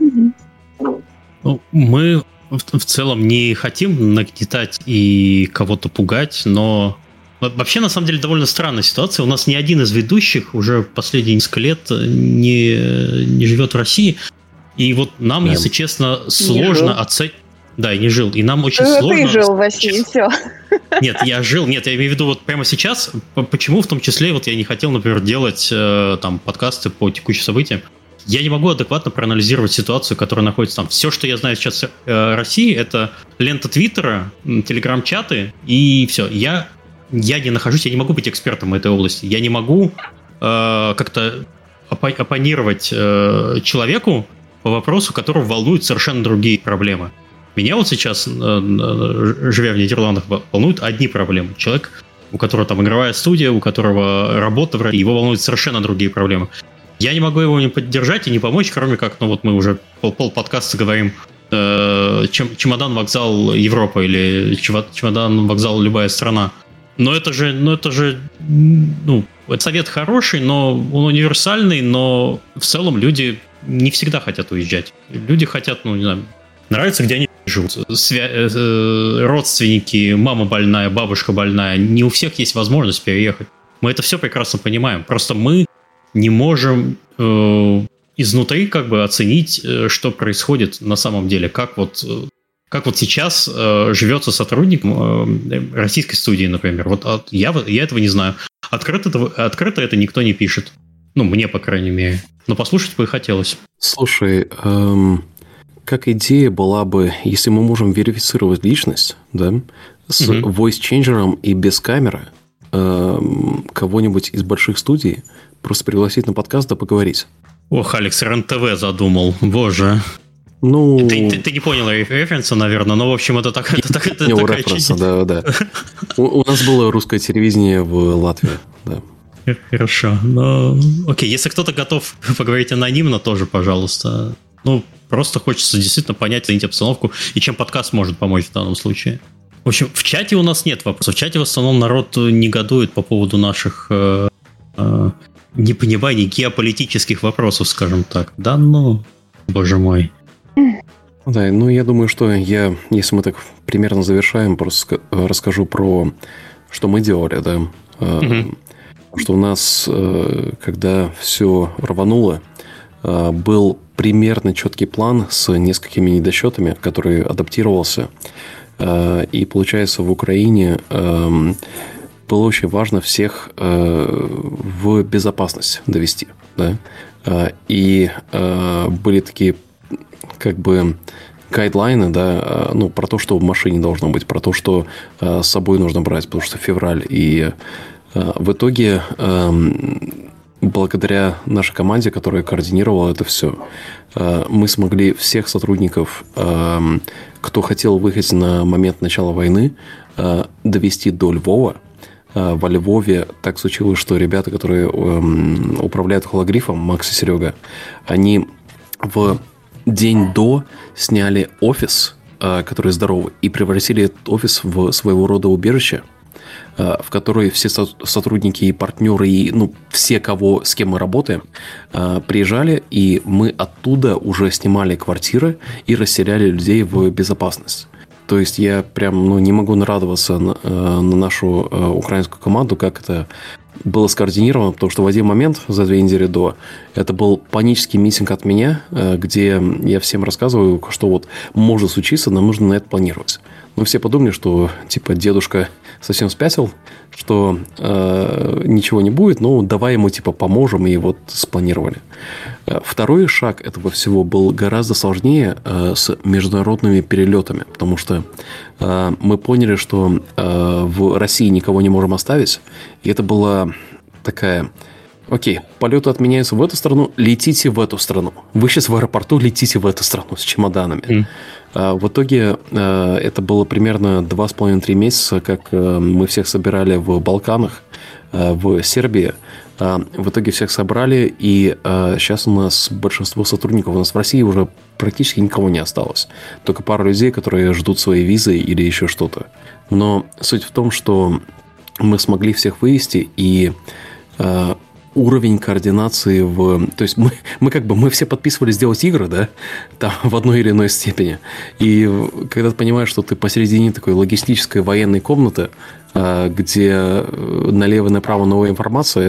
Мы в целом не хотим нагнетать и кого-то пугать, но... Вообще, на самом деле, довольно странная ситуация. У нас ни один из ведущих уже последние несколько лет не живет в России. И вот нам, если честно, сложно оценить... Да, и не жил. И нам очень сложно... Ты жил в России, все. Нет, я жил. Нет, я имею в виду вот прямо сейчас. Почему в том числе вот я не хотел, например, делать там подкасты по текущим событиям. Я не могу адекватно проанализировать ситуацию, которая находится там. Все, что я знаю сейчас в России, это лента Твиттера, телеграм-чаты и все. Я не нахожусь, я не могу быть экспертом в этой области. Я не могу как-то оппонировать человеку по вопросу, которого волнуют совершенно другие проблемы. Меня вот сейчас, живя в Нидерландах, волнуют одни проблемы. Человек, у которого там игровая студия, у которого работа, его волнуют совершенно другие проблемы. Я не могу его не поддержать и не помочь, кроме как, мы уже полподкаста говорим, чемодан, вокзал Европа или чемодан, вокзал любая страна. Но это же совет хороший, но он универсальный, но в целом люди не всегда хотят уезжать. Люди хотят, нравится, где они живут. Родственники, мама больная, бабушка больная. Не у всех есть возможность переехать. Мы это все прекрасно понимаем. Просто мы не можем изнутри оценить, что происходит на самом деле. Как вот сейчас живется сотрудником российской студии, например. Я этого не знаю. Открыто это никто не пишет. Мне, по крайней мере. Но послушать бы и хотелось. Слушай, как идея была бы, если мы можем верифицировать личность, да, с voice-ченджером и без камеры, кого-нибудь из больших студий просто пригласить на подкаст, да поговорить. Ох, Алекс, РЕН-ТВ задумал, боже. Ну... Ты не понял референса, наверное, но, в общем, это такая референса, да. У нас было русское телевидение в Латвии, да. Хорошо, окей, если кто-то готов поговорить анонимно, тоже, пожалуйста. Просто хочется действительно понять, оценить обстановку, и чем подкаст может помочь в данном случае. В общем, в чате у нас нет вопросов. В чате в основном народ негодует по поводу наших непониманий геополитических вопросов, скажем так. Да, боже мой. Да, я думаю, что если мы так примерно завершаем, просто расскажу про, что мы делали, да. Что у нас, когда все рвануло, был примерно четкий план с несколькими недосчетами, который адаптировался. И, получается, в Украине было очень важно всех в безопасность довести. Да? И были такие гайдлайны, да, про то, что в машине должно быть, про то, что с собой нужно брать, потому что февраль. И в итоге, благодаря нашей команде, которая координировала это все, мы смогли всех сотрудников, кто хотел выехать на момент начала войны, довести до Львова. Во Львове так случилось, что ребята, которые управляют хологрифом, Макс и Серега, они в день до сняли офис, который здоровый, и превратили этот офис в своего рода убежище, в который все сотрудники и партнеры, и все, с кем мы работаем, приезжали, и мы оттуда уже снимали квартиры и расселяли людей в безопасность. То есть я прям не могу нарадоваться на нашу украинскую команду, как это было скоординировано, потому что в один момент, за 2 недели до, это был панический митинг от меня, где я всем рассказываю, что вот может случиться, нам нужно на это планировать. Но все подумали, что типа дедушка совсем спятил, что ничего не будет, давай ему типа поможем, и вот спланировали. Второй шаг этого всего был гораздо сложнее с международными перелетами, потому что мы поняли, что в России никого не можем оставить, и это была такая... Окей, полеты отменяются в эту страну, летите в эту страну. Вы сейчас в аэропорту, летите в эту страну с чемоданами. В итоге это было примерно 2,5-3 месяца, как мы всех собирали в Балканах, в Сербии. В итоге всех собрали, и сейчас у нас большинство сотрудников, у нас в России уже практически никого не осталось. Только пара людей, которые ждут свои визы или еще что-то. Но суть в том, что мы смогли всех вывести, и... уровень координации то есть мы все подписывались делать игры, да, там в одной или иной степени. И когда ты понимаешь, что ты посередине такой логистической военной комнаты, где налево и направо новая информация,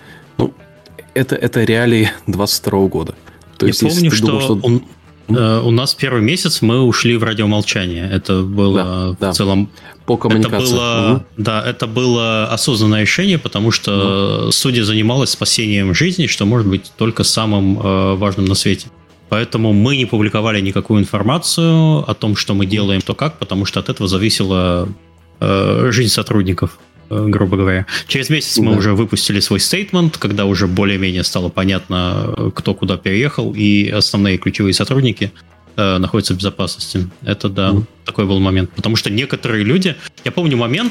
это реалии 22 года. То есть, я помню, у нас первый месяц мы ушли в радиомолчание. Это было в целом... По коммуникации. Это было осознанное решение, потому что судья занималась спасением жизни, что может быть только самым важным на свете. Поэтому мы не публиковали никакую информацию о том, что мы делаем, то как, потому что от этого зависела жизнь сотрудников, грубо говоря. Через месяц мы уже выпустили свой стейтмент, когда уже более-менее стало понятно, кто куда переехал, и основные ключевые сотрудники находятся в безопасности. Это, такой был момент. Потому что некоторые люди... Я помню момент...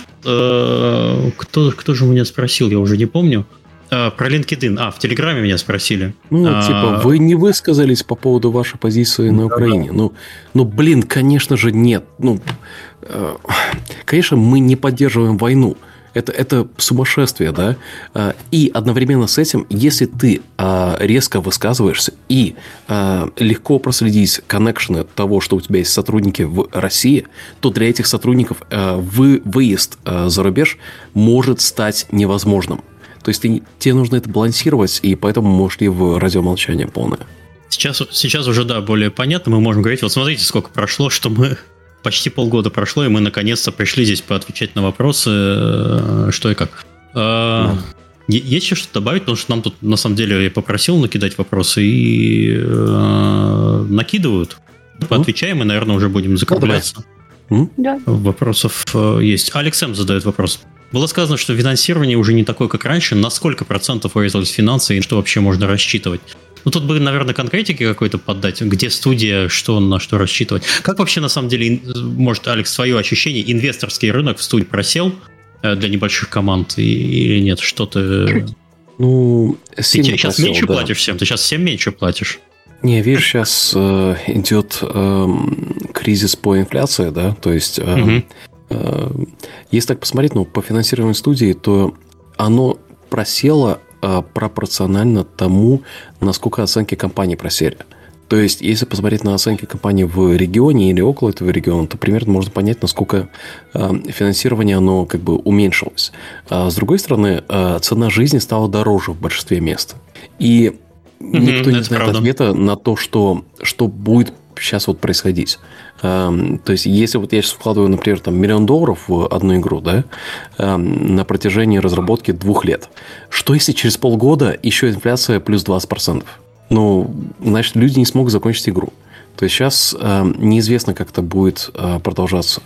Кто же меня спросил, я уже не помню. Про LinkedIn. В Телеграме меня спросили. Вы не высказались по поводу вашей позиции на Украине. Конечно же, нет. Конечно, мы не поддерживаем войну. Это сумасшествие, да? И одновременно с этим, если ты резко высказываешься и легко проследить коннекшены того, что у тебя есть сотрудники в России, то для этих сотрудников выезд за рубеж может стать невозможным. То есть тебе нужно это балансировать, и поэтому мы ушли в радиомолчание полное. Сейчас уже, более понятно, мы можем говорить, вот смотрите, сколько прошло, что мы... Почти полгода прошло, и мы наконец-то пришли здесь поотвечать на вопросы, что и как. Есть еще что-то добавить? Потому что нам тут, на самом деле, я попросил накидать вопросы, и накидывают. Поотвечаем, и, наверное, уже будем закругляться. Да. Вопросов есть. Алекс М. задает вопрос. Было сказано, что финансирование уже не такое, как раньше. На сколько процентов урезались финансы, и что вообще можно рассчитывать? Ну, тут бы, наверное, конкретики какой-то поддать, где студия, что на что рассчитывать. Как вообще, на самом деле, может, Алекс, твое ощущение, инвесторский рынок в студии просел для небольших команд или нет? Что ты... Ну, ты сейчас просел, меньше да. платишь всем? Ты сейчас всем меньше платишь? Не, видишь, сейчас идет кризис по инфляции, да, то есть если так посмотреть, ну, по финансированию студии, то оно просело пропорционально тому, насколько оценки компании просели. То есть, если посмотреть на оценки компании в регионе или около этого региона, то примерно можно понять, насколько финансирование оно как бы уменьшилось. А с другой стороны, цена жизни стала дороже в большинстве мест. И никто не знает ответа на то, что будет сейчас вот происходить. То есть, если вот я сейчас вкладываю, например, там, $1 миллион в одну игру, да, на протяжении разработки 2 лет, что если через полгода еще инфляция плюс 20%? Ну, значит, люди не смогут закончить игру. То есть, сейчас неизвестно, как это будет продолжаться.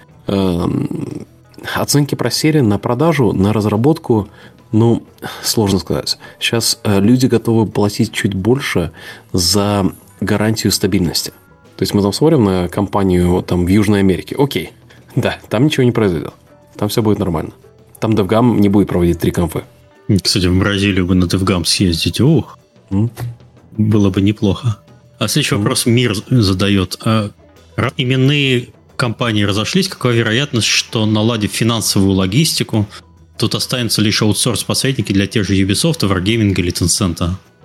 Оценки просели на продажу, на разработку. Ну, сложно сказать. Сейчас люди готовы платить чуть больше за гарантию стабильности. То есть мы там смотрим на компанию там, в Южной Америке. Окей, да, там ничего не произойдет. Там все будет нормально. Там DevGam не будет проводить 3 конфы. Кстати, в Бразилию бы на DevGam съездить. Ух, было бы неплохо. А следующий вопрос Мир задает. Раз именные компании разошлись, какова вероятность, что, наладив финансовую логистику, тут останется лишь аутсорс-посредники для тех же Ubisoft, Wargaming или Tencent?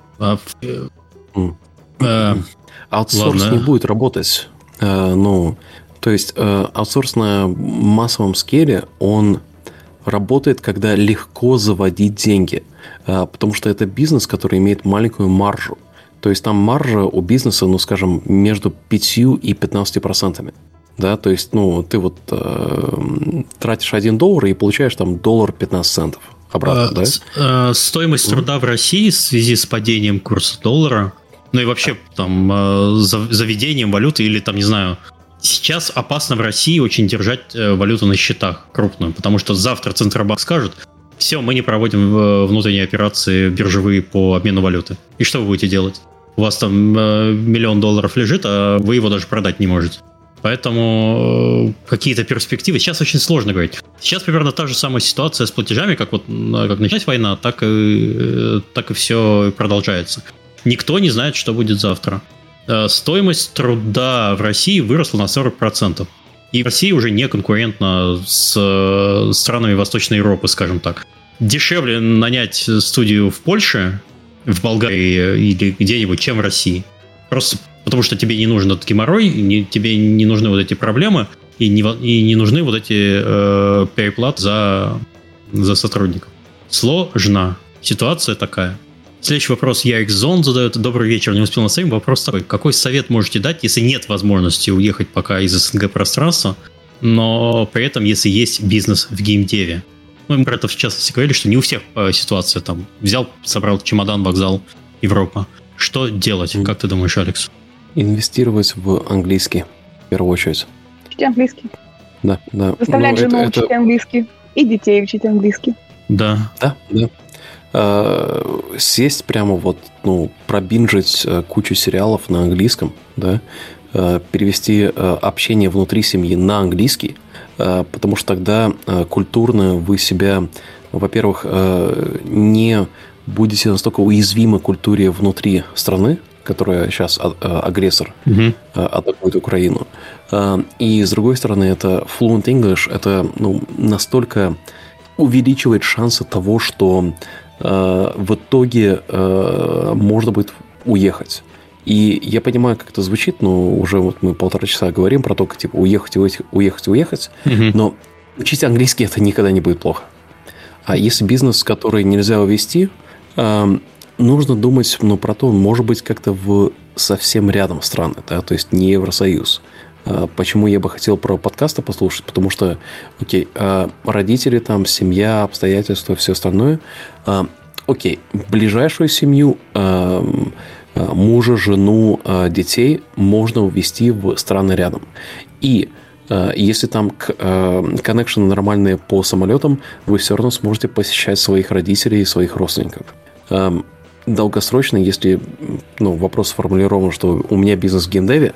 Аутсорс не будет работать. Ну, то есть аутсорс на массовом скейле, он работает, когда легко заводить деньги. Потому что это бизнес, который имеет маленькую маржу. То есть там маржа у бизнеса, ну, скажем, между 5 и 15%. Да, то есть, ну, ты вот тратишь $1 и получаешь там $1.15 обратно, да? Стоимость труда в России в связи с падением курса доллара, ну и вообще там заведением валюты или там, не знаю, сейчас опасно в России очень держать валюту на счетах крупную, потому что завтра Центробанк скажет: все, мы не проводим внутренние операции биржевые по обмену валюты. И что вы будете делать? У вас там $1 миллион лежит, а вы его даже продать не можете. Поэтому какие-то перспективы. Сейчас очень сложно говорить. Сейчас примерно та же самая ситуация с платежами, как началась война, так и все продолжается. Никто не знает, что будет завтра. Стоимость труда в России выросла на 40%. И Россия уже не конкурентна с странами Восточной Европы, скажем так. Дешевле нанять студию в Польше, в Болгарии или где-нибудь, чем в России. Просто потому что тебе не нужен этот геморрой, тебе не нужны вот эти проблемы, и не нужны вот эти переплаты за сотрудников. Сложно. Ситуация такая. Следующий вопрос Ярик Зон задает. Добрый вечер, не успел на стрим. Вопрос такой. Какой совет можете дать, если нет возможности уехать пока из СНГ пространства, но при этом, если есть бизнес в геймдеве? Ну, мы про это в частности говорили, что не у всех ситуация там. Взял, собрал чемодан, вокзал, Европа. Что делать? Как ты думаешь, Алекс? Инвестировать в английский, в первую очередь. Учить английский. Да. Заставлять жену учить английский. И детей учить английский. Да. Сесть прямо вот, ну, пробинжить кучу сериалов на английском, да, перевести общение внутри семьи на английский, потому что тогда культурно вы себя, во-первых, не будете настолько уязвимы культуре внутри страны, которая сейчас агрессор атакует Украину. И с другой стороны, это Fluent English, это, ну, настолько увеличивает шансы того, что в итоге можно будет уехать. И я понимаю, как это звучит, но уже вот мы 1,5 часа говорим про то, как типа уехать, но учить английский это никогда не будет плохо. А если бизнес, который нельзя увести, нужно думать, ну, про то, может быть, как-то в совсем рядом страны, да, то есть не Евросоюз. Почему я бы хотел про подкасты послушать? Потому что, окей, родители, там, семья, обстоятельства, все остальное. Окей, ближайшую семью, мужа, жену, детей можно увезти в страны рядом. И если там коннекшены нормальные по самолетам, вы все равно сможете посещать своих родителей и своих родственников. долгосрочно, если вопрос сформулирован, что у меня бизнес в геймдеве,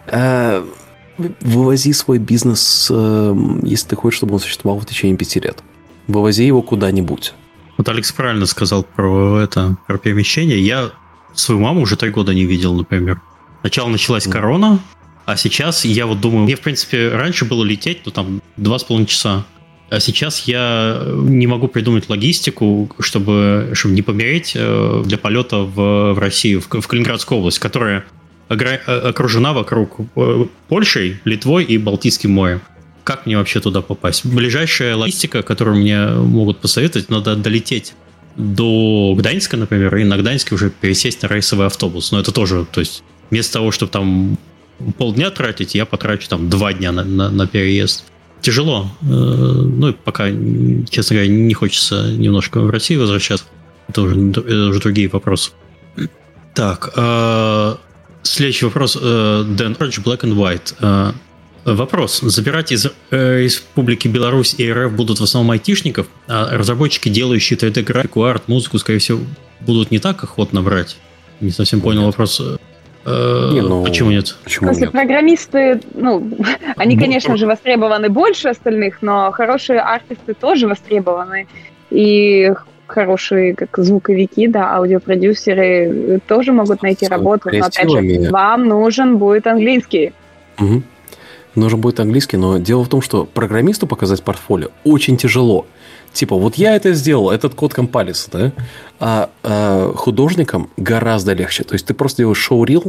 вывози свой бизнес, если ты хочешь, чтобы он существовал в течение 5 лет. Вывози его куда-нибудь. Вот Алекс правильно сказал про перемещение. Я свою маму уже 3 года не видел, например. Сначала началась корона, а сейчас я вот думаю, мне, в принципе, раньше было лететь, 2,5 часа. А сейчас я не могу придумать логистику, чтобы не помереть для полета в Россию, в Калининградскую область, которая окружена вокруг Польшей, Литвой и Балтийским морем. Как мне вообще туда попасть? Ближайшая логистика, которую мне могут посоветовать, надо долететь до Гданьска, например, и на Гданьске уже пересесть на рейсовый автобус. Но это тоже, то есть, вместо того, чтобы там полдня тратить, я потрачу 2 дня на переезд. Тяжело. Ну, и пока, честно говоря, не хочется немножко в Россию возвращаться. Это уже другие вопросы. Так, следующий вопрос. Dan Orange, Black and White. Вопрос. Забирать из Республики Беларусь и РФ будут в основном айтишников, а разработчики, делающие 3D-графику, арт, музыку, скорее всего, будут не так охотно брать? Не совсем понял вопрос. Почему нет? Если программисты, они, конечно же, востребованы больше остальных, но хорошие артисты тоже востребованы. И хорошие, как звуковики, аудиопродюсеры тоже могут найти работу. Но, опять же, вам нужен будет английский. Угу. Нужен будет английский, но дело в том, что программисту показать портфолио очень тяжело. Типа, вот я это сделал, этот код компайлится, да? А художникам гораздо легче. То есть, ты просто делаешь шоу-рил,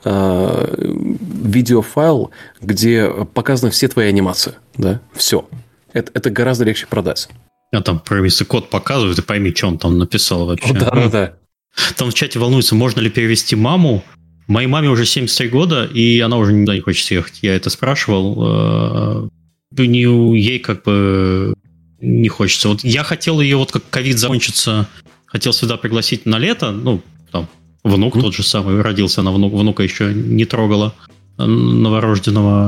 видеофайл, где показаны все твои анимации, да? Все. Это гораздо легче продать. Там программисты код показывают, и пойми, что он там написал вообще. Да. Там в чате волнуется, можно ли перевести маму. Моей маме уже 73 года, и она уже никуда не хочет ехать. Я это спрашивал. Ей как бы не хочется. Вот я хотел ее, вот как ковид закончится, хотел сюда пригласить на лето. Внук тот же самый родился, она внука еще не трогала новорожденного.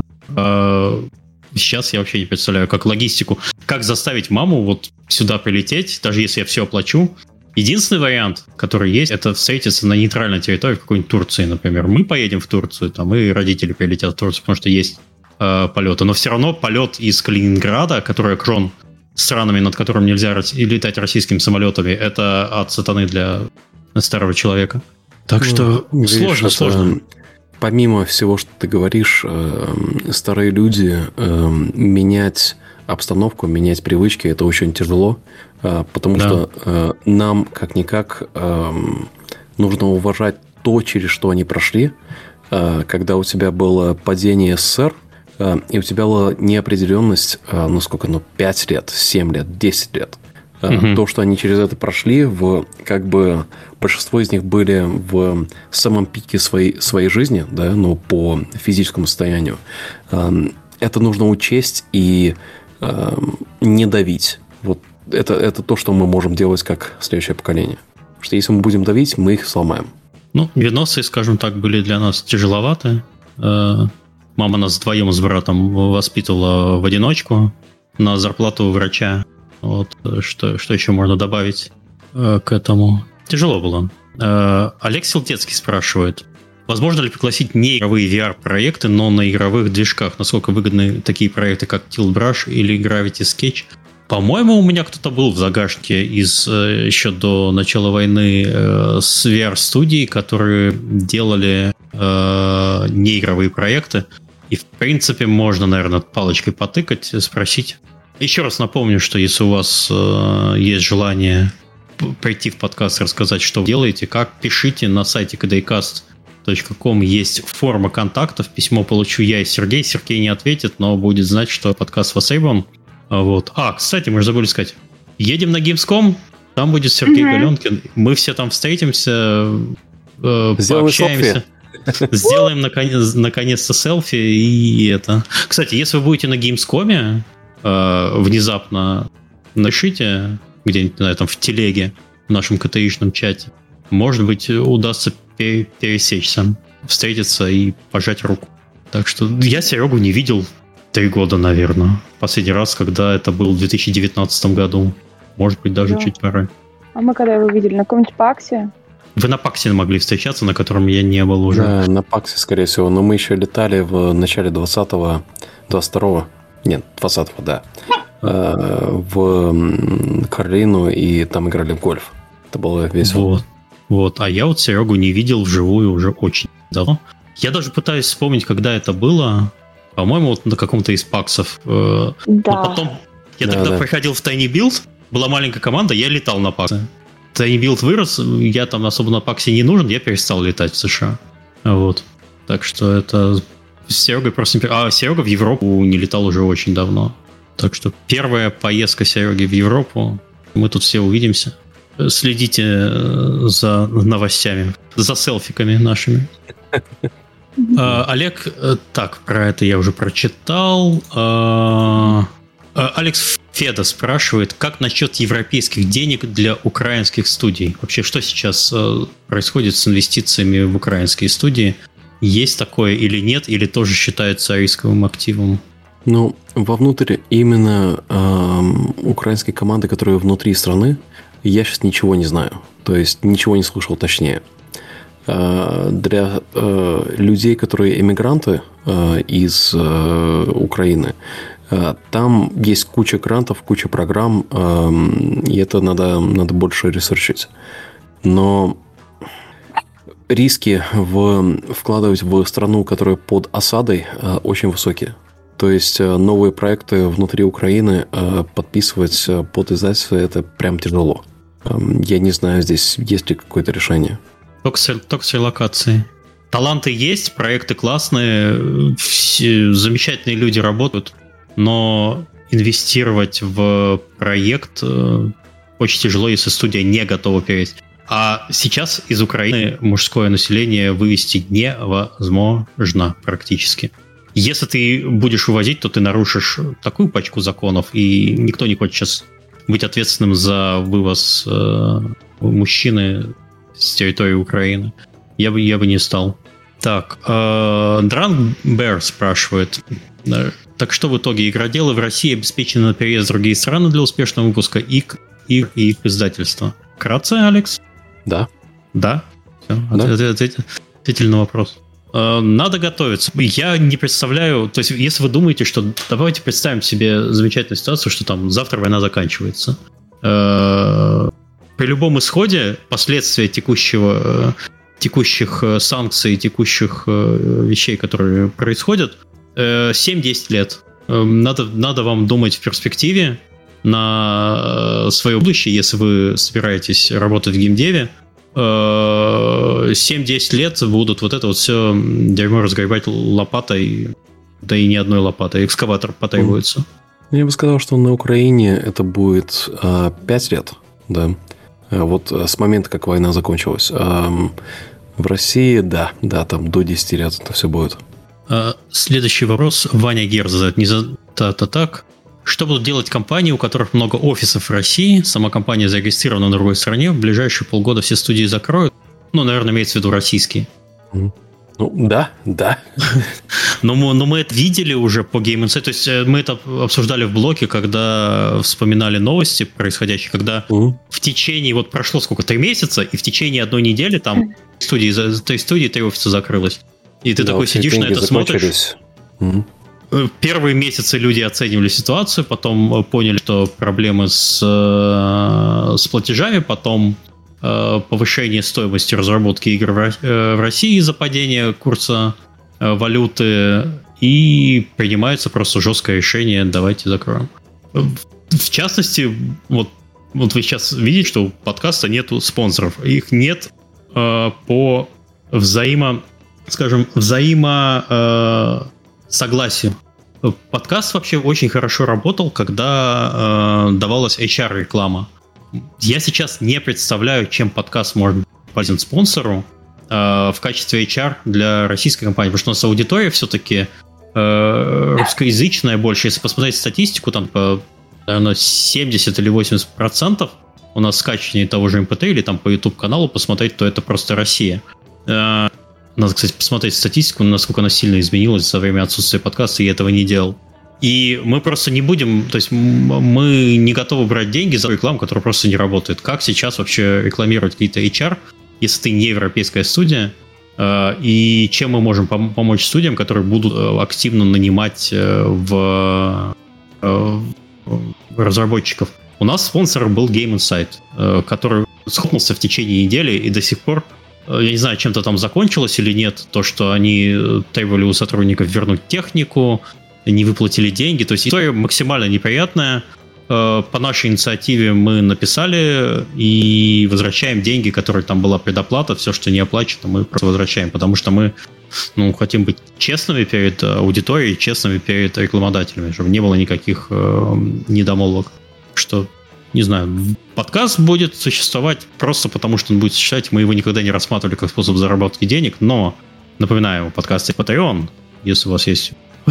Сейчас я вообще не представляю, как логистику. Как заставить маму вот сюда прилететь, даже если я все оплачу. Единственный вариант, который есть, это встретиться на нейтральной территории в какой-нибудь Турции, например. Мы поедем в Турцию, и родители прилетят в Турцию, потому что есть полеты. Но все равно полет из Калининграда, который окружен странами, над которыми нельзя летать российскими самолетами, это ад сатаны для старого человека. Так что сложно. Помимо всего, что ты говоришь, старые люди, менять обстановку, менять привычки, это очень тяжело. Потому что нам, как-никак, нужно уважать то, через что они прошли. Когда у тебя было падение СССР, и у тебя была неопределенность, 5 лет, 7 лет, 10 лет. То, что они через это прошли, большинство из них были в самом пике своей жизни, да, по физическому состоянию. Это нужно учесть и не давить. Вот это то, что мы можем делать как следующее поколение. Потому что если мы будем давить, мы их сломаем. 90-е, скажем так, были для нас тяжеловаты. Мама нас вдвоем с братом воспитывала в одиночку на зарплату врача. Вот что еще можно добавить к этому? Тяжело было. Олег Силтецкий спрашивает. Возможно ли пригласить не игровые VR-проекты, но на игровых движках? Насколько выгодны такие проекты, как Tilt Brush или Gravity Sketch? По-моему, у меня кто-то был в загашнике еще до начала войны с VR-студий, которые делали неигровые проекты. И, в принципе, можно, наверное, палочкой потыкать, спросить. Еще раз напомню, что если у вас есть желание прийти в подкаст, рассказать, что вы делаете, как, пишите на сайте kdcast.com, есть форма контактов, письмо получу я и Сергей. Сергей не ответит, но будет знать, что подкаст востребован. Вот. Кстати, мы же забыли сказать. Едем на Gamescom, там будет Сергей Галенкин. Мы все там встретимся, пообщаемся. Сделаем наконец-то селфи и это. Кстати, если вы будете на Gamescom, внезапно напишите где-нибудь, не знаю, там в телеге, в нашем КТИшном чате. Может быть, удастся пересечься, встретиться и пожать руку. Так что я Серегу не видел 3 года, наверное. Последний раз, когда это был в 2019 году. Может быть, даже чуть пора. А мы когда его видели? На каком-нибудь паксе? Вы на Паксе могли встречаться, на котором я не был уже. Да, на Паксе, скорее всего. Но мы еще летали в начале 20-го, 22-го. Нет, 20-го, да. В Каролину, и там играли в гольф. Это было весело. Вот. А я вот Серегу не видел вживую уже очень давно. Я даже пытаюсь вспомнить, когда это было. По-моему, вот на каком-то из паксов. Да. Но потом я тогда приходил в Tiny Build, была маленькая команда, я летал на паксе. Tiny Build вырос, я там особо на паксе не нужен, я перестал летать в США. Вот. Так что это с Серегой просто... А Серега в Европу не летал уже очень давно. Так что первая поездка Сереги в Европу, мы тут все увидимся. Следите за новостями, за селфиками нашими. Олег, так, про это я уже прочитал. Алекс Феда спрашивает, как насчет европейских денег для украинских студий? Вообще, что сейчас происходит с инвестициями в украинские студии? Есть такое или нет, или тоже считается рисковым активом? Ну, вовнутрь именно украинской команды, которая внутри страны, я сейчас ничего не знаю. То есть, ничего не слышал точнее. Для людей, которые эмигранты из Украины, там есть куча грантов, куча программ, и это надо больше ресерчить. Но риски вкладывать в страну, которая под осадой, очень высокие. То есть новые проекты внутри Украины подписывать под издательство – это прям тяжело. Я не знаю, здесь есть ли какое-то решение. Только с релокацией. Таланты есть, проекты классные, замечательные люди работают, но инвестировать в проект очень тяжело, если студия не готова перейти. А сейчас из Украины мужское население вывести невозможно практически. Если ты будешь вывозить, то ты нарушишь такую пачку законов, и никто не хочет сейчас быть ответственным за вывоз мужчины с территории Украины. Я бы не стал. Так, Drunk Bear спрашивает. Так что в итоге игроделы в России обеспечены на переезд в другие страны для успешного выпуска и их издательства? Вкратце, Алекс? Да. Да? Все, ответили на вопрос. Надо готовиться. Я не представляю, то есть если вы думаете, что давайте представим себе замечательную ситуацию, что там завтра война заканчивается. При любом исходе последствия текущих санкций, текущих вещей, которые происходят, 7-10 лет. Надо вам думать в перспективе на свое будущее, если вы собираетесь работать в геймдеве. 7-10 лет будут вот это вот все дерьмо разгребать лопатой, да и не одной лопатой, экскаватор потребуется. Я бы сказал, что на Украине это будет 5 лет, да. Вот с момента, как война закончилась. В России, да, там до 10 лет это все будет. Следующий вопрос. Ваня Гер задает не за так. Что будут делать компании, у которых много офисов в России, сама компания зарегистрирована на другой стране, в ближайшие полгода все студии закроют? Ну, наверное, имеется в виду российские. Ну, да. Но мы это видели уже по Game Insight. То есть мы это обсуждали в блоке, когда вспоминали новости происходящие, когда в течение, вот прошло сколько, 3 месяца, и в течение 1 недели там из той студии 3 офиса закрылось. И ты такой сидишь на это смотришь. Первые месяцы люди оценивали ситуацию, потом поняли, что проблемы с платежами, потом повышение стоимости разработки игр в России из-за падения курса валюты, и принимается просто жесткое решение: давайте закроем. В частности, вот вы сейчас видите, что у подкаста нету спонсоров. Их нет по согласию. Подкаст вообще очень хорошо работал, когда давалась HR-реклама. Я сейчас не представляю, чем подкаст может быть полезен спонсору в качестве HR для российской компании, потому что у нас аудитория все-таки русскоязычная больше. Если посмотреть статистику, там, наверное, 70 или 80% у нас скачивание того же MP3 или там по YouTube-каналу посмотреть, то это просто Россия. Надо, кстати, посмотреть статистику, насколько она сильно изменилась за время отсутствия подкаста, и я этого не делал. И мы просто не будем, то есть мы не готовы брать деньги за рекламу, которая просто не работает. Как сейчас вообще рекламировать какие-то HR если ты не европейская студия, и чем мы можем помочь студиям, которые будут активно нанимать разработчиков. У нас спонсором был Game Insight, который схлопнулся в течение недели, и до сих пор, я не знаю, чем-то там закончилось или нет, то, что они требовали у сотрудников вернуть технику, не выплатили деньги, то есть история максимально неприятная. По нашей инициативе мы написали и возвращаем деньги, которые там была предоплата, все, что не оплачено, мы просто возвращаем, потому что мы хотим быть честными перед аудиторией, честными перед рекламодателями, чтобы не было никаких недомолвок. Что, не знаю, подкаст будет существовать просто потому, что он будет существовать, мы его никогда не рассматривали как способ заработки денег, но, напоминаю, подкаст Patreon, если у вас есть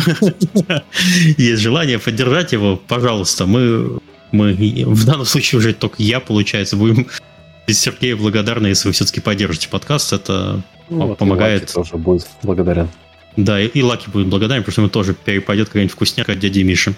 желание поддержать его, пожалуйста, мы в данном случае уже только я, получается, будем без Сергея благодарны, если вы все-таки поддержите подкаст, это помогает. Лаки тоже будет благодарен. Да, и Лаки будет благодарен, потому что ему тоже перепадет какая-нибудь вкусняшка от дяди Миши.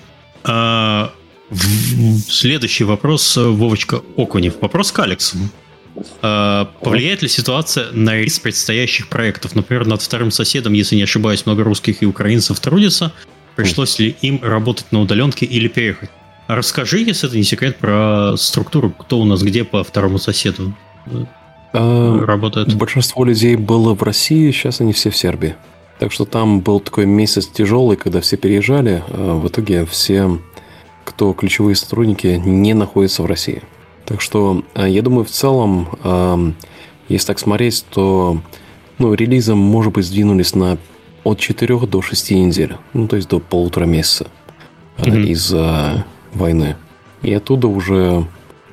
Следующий вопрос, Вовочка Окунев. Вопрос к Алексу. Повлияет ли ситуация на риск предстоящих проектов? Например, над вторым соседом, если не ошибаюсь, много русских и украинцев трудится. Пришлось ли им работать на удаленке или переехать? Расскажи, если это не секрет, про структуру, кто у нас где по второму соседу работает. Большинство людей было в России, сейчас они все в Сербии. Так что там был такой месяц тяжелый, когда все переезжали. В итоге все, кто ключевые сотрудники, не находятся в России. Так что, я думаю, в целом, если так смотреть, то релизы, может быть, сдвинулись от 4 до 6 недель. То есть до 1,5 месяца из-за войны. И оттуда уже,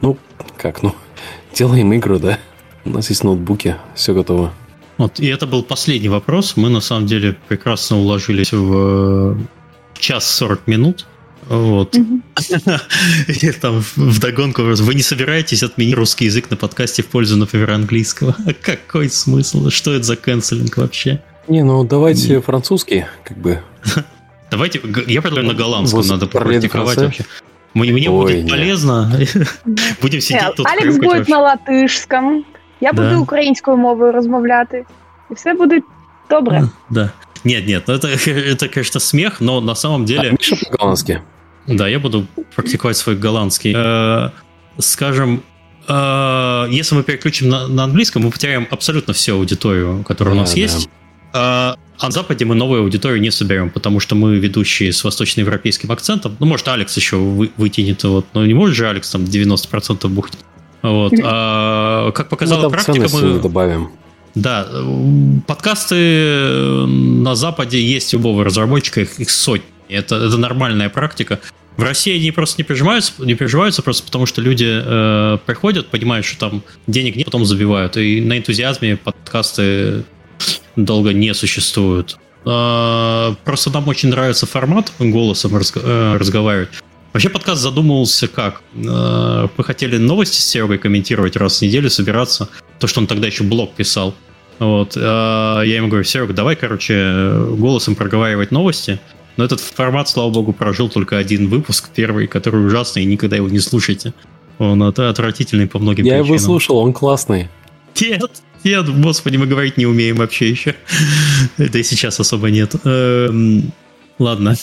делаем игры, да? У нас есть ноутбуки, все готово. Вот, и это был последний вопрос. Мы, на самом деле, прекрасно уложились в час 40 минут. Вот. И там вдогонку: вы не собираетесь отменить русский язык на подкасте в пользу, например, английского? Какой смысл? Что это за канцелинг вообще? Давайте французский, Давайте, я предлагаю на голландском, надо практиковать вообще. Мне будет полезно. Будем сидеть тут. Алекс будет на латышском. Я буду українською мовою розмовляти. І все буде добре. Да. Нет, это, конечно, смех, но на самом деле... Миша по-голландски. Да, я буду практиковать свой голландский. Скажем, если мы переключим на английском, мы потеряем абсолютно всю аудиторию, которая у нас есть. А на Западе мы новую аудиторию не соберем, потому что мы ведущие с восточноевропейским акцентом. Может, Алекс еще вытянет, но не может же Алекс там 90% бухнет. Вот. Как показала практика, мы добавим. Да, подкасты на Западе есть у любого разработчика, их сотни. Это нормальная практика. В России они просто не переживаются просто потому, что люди приходят, понимают, что там денег нет, потом забивают. И на энтузиазме подкасты долго не существуют. Просто нам очень нравится формат голосом разговаривать. Вообще подкаст задумывался как? Мы хотели новости с Серегой комментировать раз в неделю, собираться. То, что он тогда еще блог писал. Вот. Я ему говорю: Серега, давай, голосом проговаривать новости. Но этот формат, слава богу, прожил только один выпуск, первый, который ужасный, и никогда его не слушайте. Он отвратительный по многим причинам. Я его слушал, он классный. Нет, господи, мы говорить не умеем вообще еще. Да и сейчас особо нет. Ладно.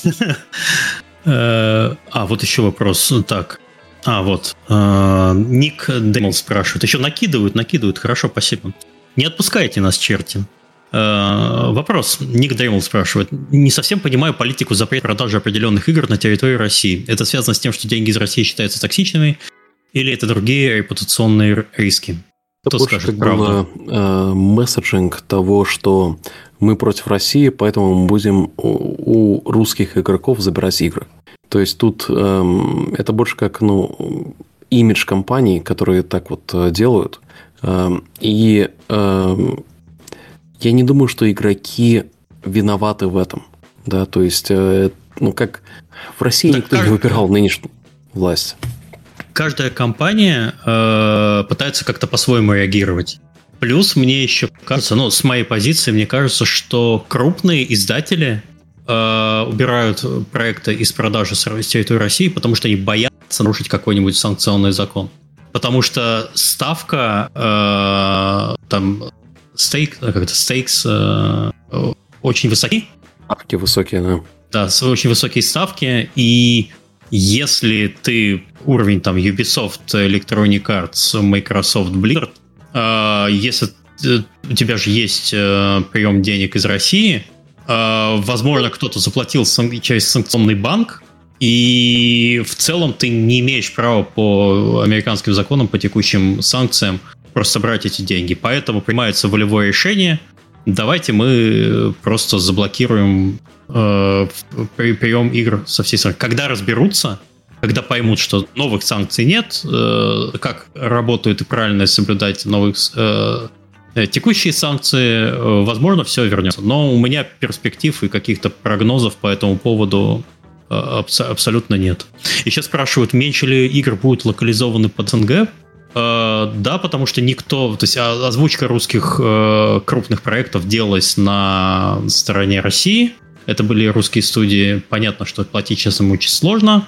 Вот еще вопрос. Так. Ник Дэмл спрашивает. Еще накидывают. Хорошо, спасибо. Не отпускайте нас, черти. Вопрос. Ник Дэмл спрашивает. Не совсем понимаю политику запрета продажи определенных игр на территории России. Это связано с тем, что деньги из России считаются токсичными? Или это другие репутационные риски? Кто скажет правду? Месседжинг того, что мы против России, поэтому мы будем у русских игроков забирать игры. То есть тут это больше как имидж компаний, которые так вот делают. И я не думаю, что игроки виноваты в этом. Да, то есть, как в России никто не выбирал нынешнюю власть. Каждая компания пытается как-то по-своему реагировать. Плюс мне еще кажется, с моей позиции, мне кажется, что крупные издатели убирают проекты из продажи с территории России, потому что они боятся нарушить какой-нибудь санкционный закон. потому что ставка, стейкс очень высоки. Ставки высокие, да. Да, очень высокие ставки, и если ты уровень там Ubisoft, Electronic Arts, Microsoft, Blizzard, если у тебя же есть прием денег из России, возможно, кто-то заплатил через санкционный банк, и в целом ты не имеешь права по американским законам, по текущим санкциям просто брать эти деньги. Поэтому принимается волевое решение. Давайте мы просто заблокируем прием игр со всей страны. Когда разберутся, когда поймут, что новых санкций нет, как работают и правильно соблюдать текущие санкции, возможно, все вернется. Но у меня перспектив и каких-то прогнозов по этому поводу абсолютно нет. Еще спрашивают, меньше ли игр будут локализованы под СНГ? Да, потому что никто... То есть озвучка русских крупных проектов делалась на стороне России. Это были русские студии. Понятно, что платить сейчас им очень сложно.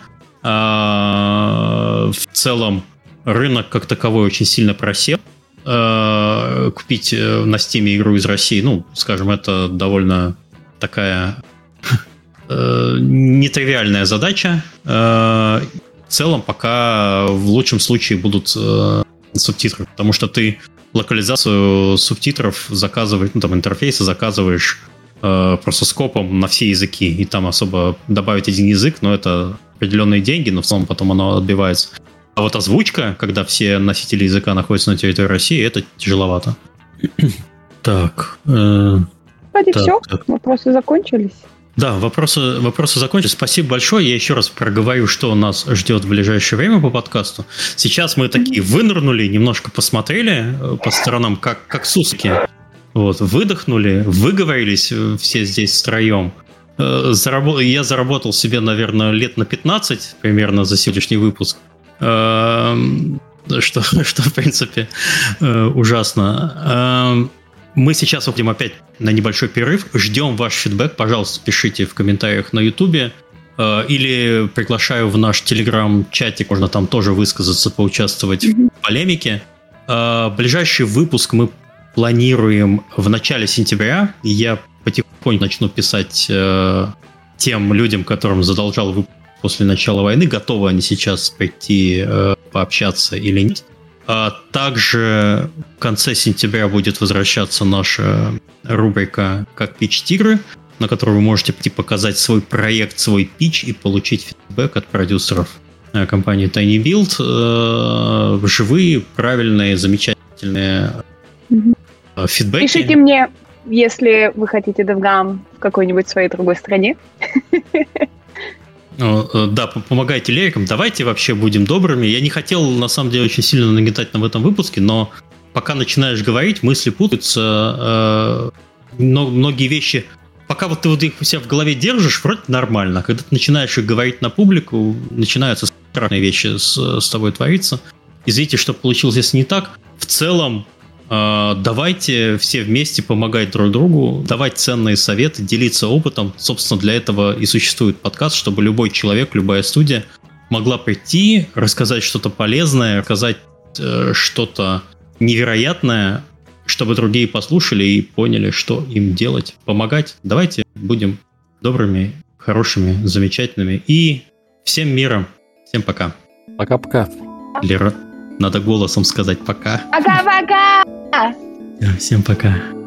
В целом рынок как таковой очень сильно просел. Купить на Steam игру из России, ну, скажем, это довольно такая нетривиальная задача. В целом пока в лучшем случае будут субтитры, потому что ты локализацию субтитров заказываешь, ну, там, интерфейса заказываешь просто скопом на все языки, и там особо добавить один язык, но это определенные деньги, но в целом потом оно отбивается. А вот озвучка, когда все носители языка находятся на территории России, это тяжеловато. Так. Вроде все, вопросы закончились. Да, вопросы закончились. Спасибо большое. Я еще раз проговорю, что нас ждет в ближайшее время по подкасту. Сейчас мы такие вынырнули, немножко посмотрели по сторонам, как суслики. Вот, выдохнули, выговорились все здесь втроем. Я заработал себе, наверное, лет на 15 примерно за сегодняшний выпуск. Что в принципе, ужасно. Мы сейчас уходим опять на небольшой перерыв. Ждем ваш фидбэк. Пожалуйста, пишите в комментариях на Ютубе. Или приглашаю в наш телеграм-чатик. Можно там тоже высказаться, поучаствовать в полемике. Ближайший выпуск мы планируем в начале сентября. Я потихоньку начну писать тем людям, которым задолжал выпуск после начала войны, готовы они сейчас прийти пообщаться или нет. А также в конце сентября будет возвращаться наша рубрика «Как пич тигры», на которой вы можете прийти показать свой проект, свой пич и получить фидбэк от продюсеров компании Tiny Build. Живые, правильные, замечательные фидбэки. Пишите мне, если вы хотите DevGam в какой-нибудь своей другой стране. Да, помогайте лирикам. Давайте вообще будем добрыми. Я не хотел, на самом деле, очень сильно нагнетать в этом выпуске, но пока начинаешь говорить, мысли путаются. Многие вещи... Пока вот ты вот их у себя в голове держишь, вроде нормально. Когда ты начинаешь их говорить на публику, начинаются страшные вещи с тобой твориться. Извините, что получилось, если не так. В целом, давайте все вместе помогать друг другу, давать ценные советы, делиться опытом. Собственно, для этого и существует подкаст, чтобы любой человек, любая студия могла прийти, рассказать что-то полезное, рассказать что-то невероятное, чтобы другие послушали и поняли, что им делать. Помогать. Давайте будем добрыми, хорошими, замечательными. И всем мира. Всем пока. Пока-пока. Лера, надо голосом сказать пока. Пока-пока! Всем пока.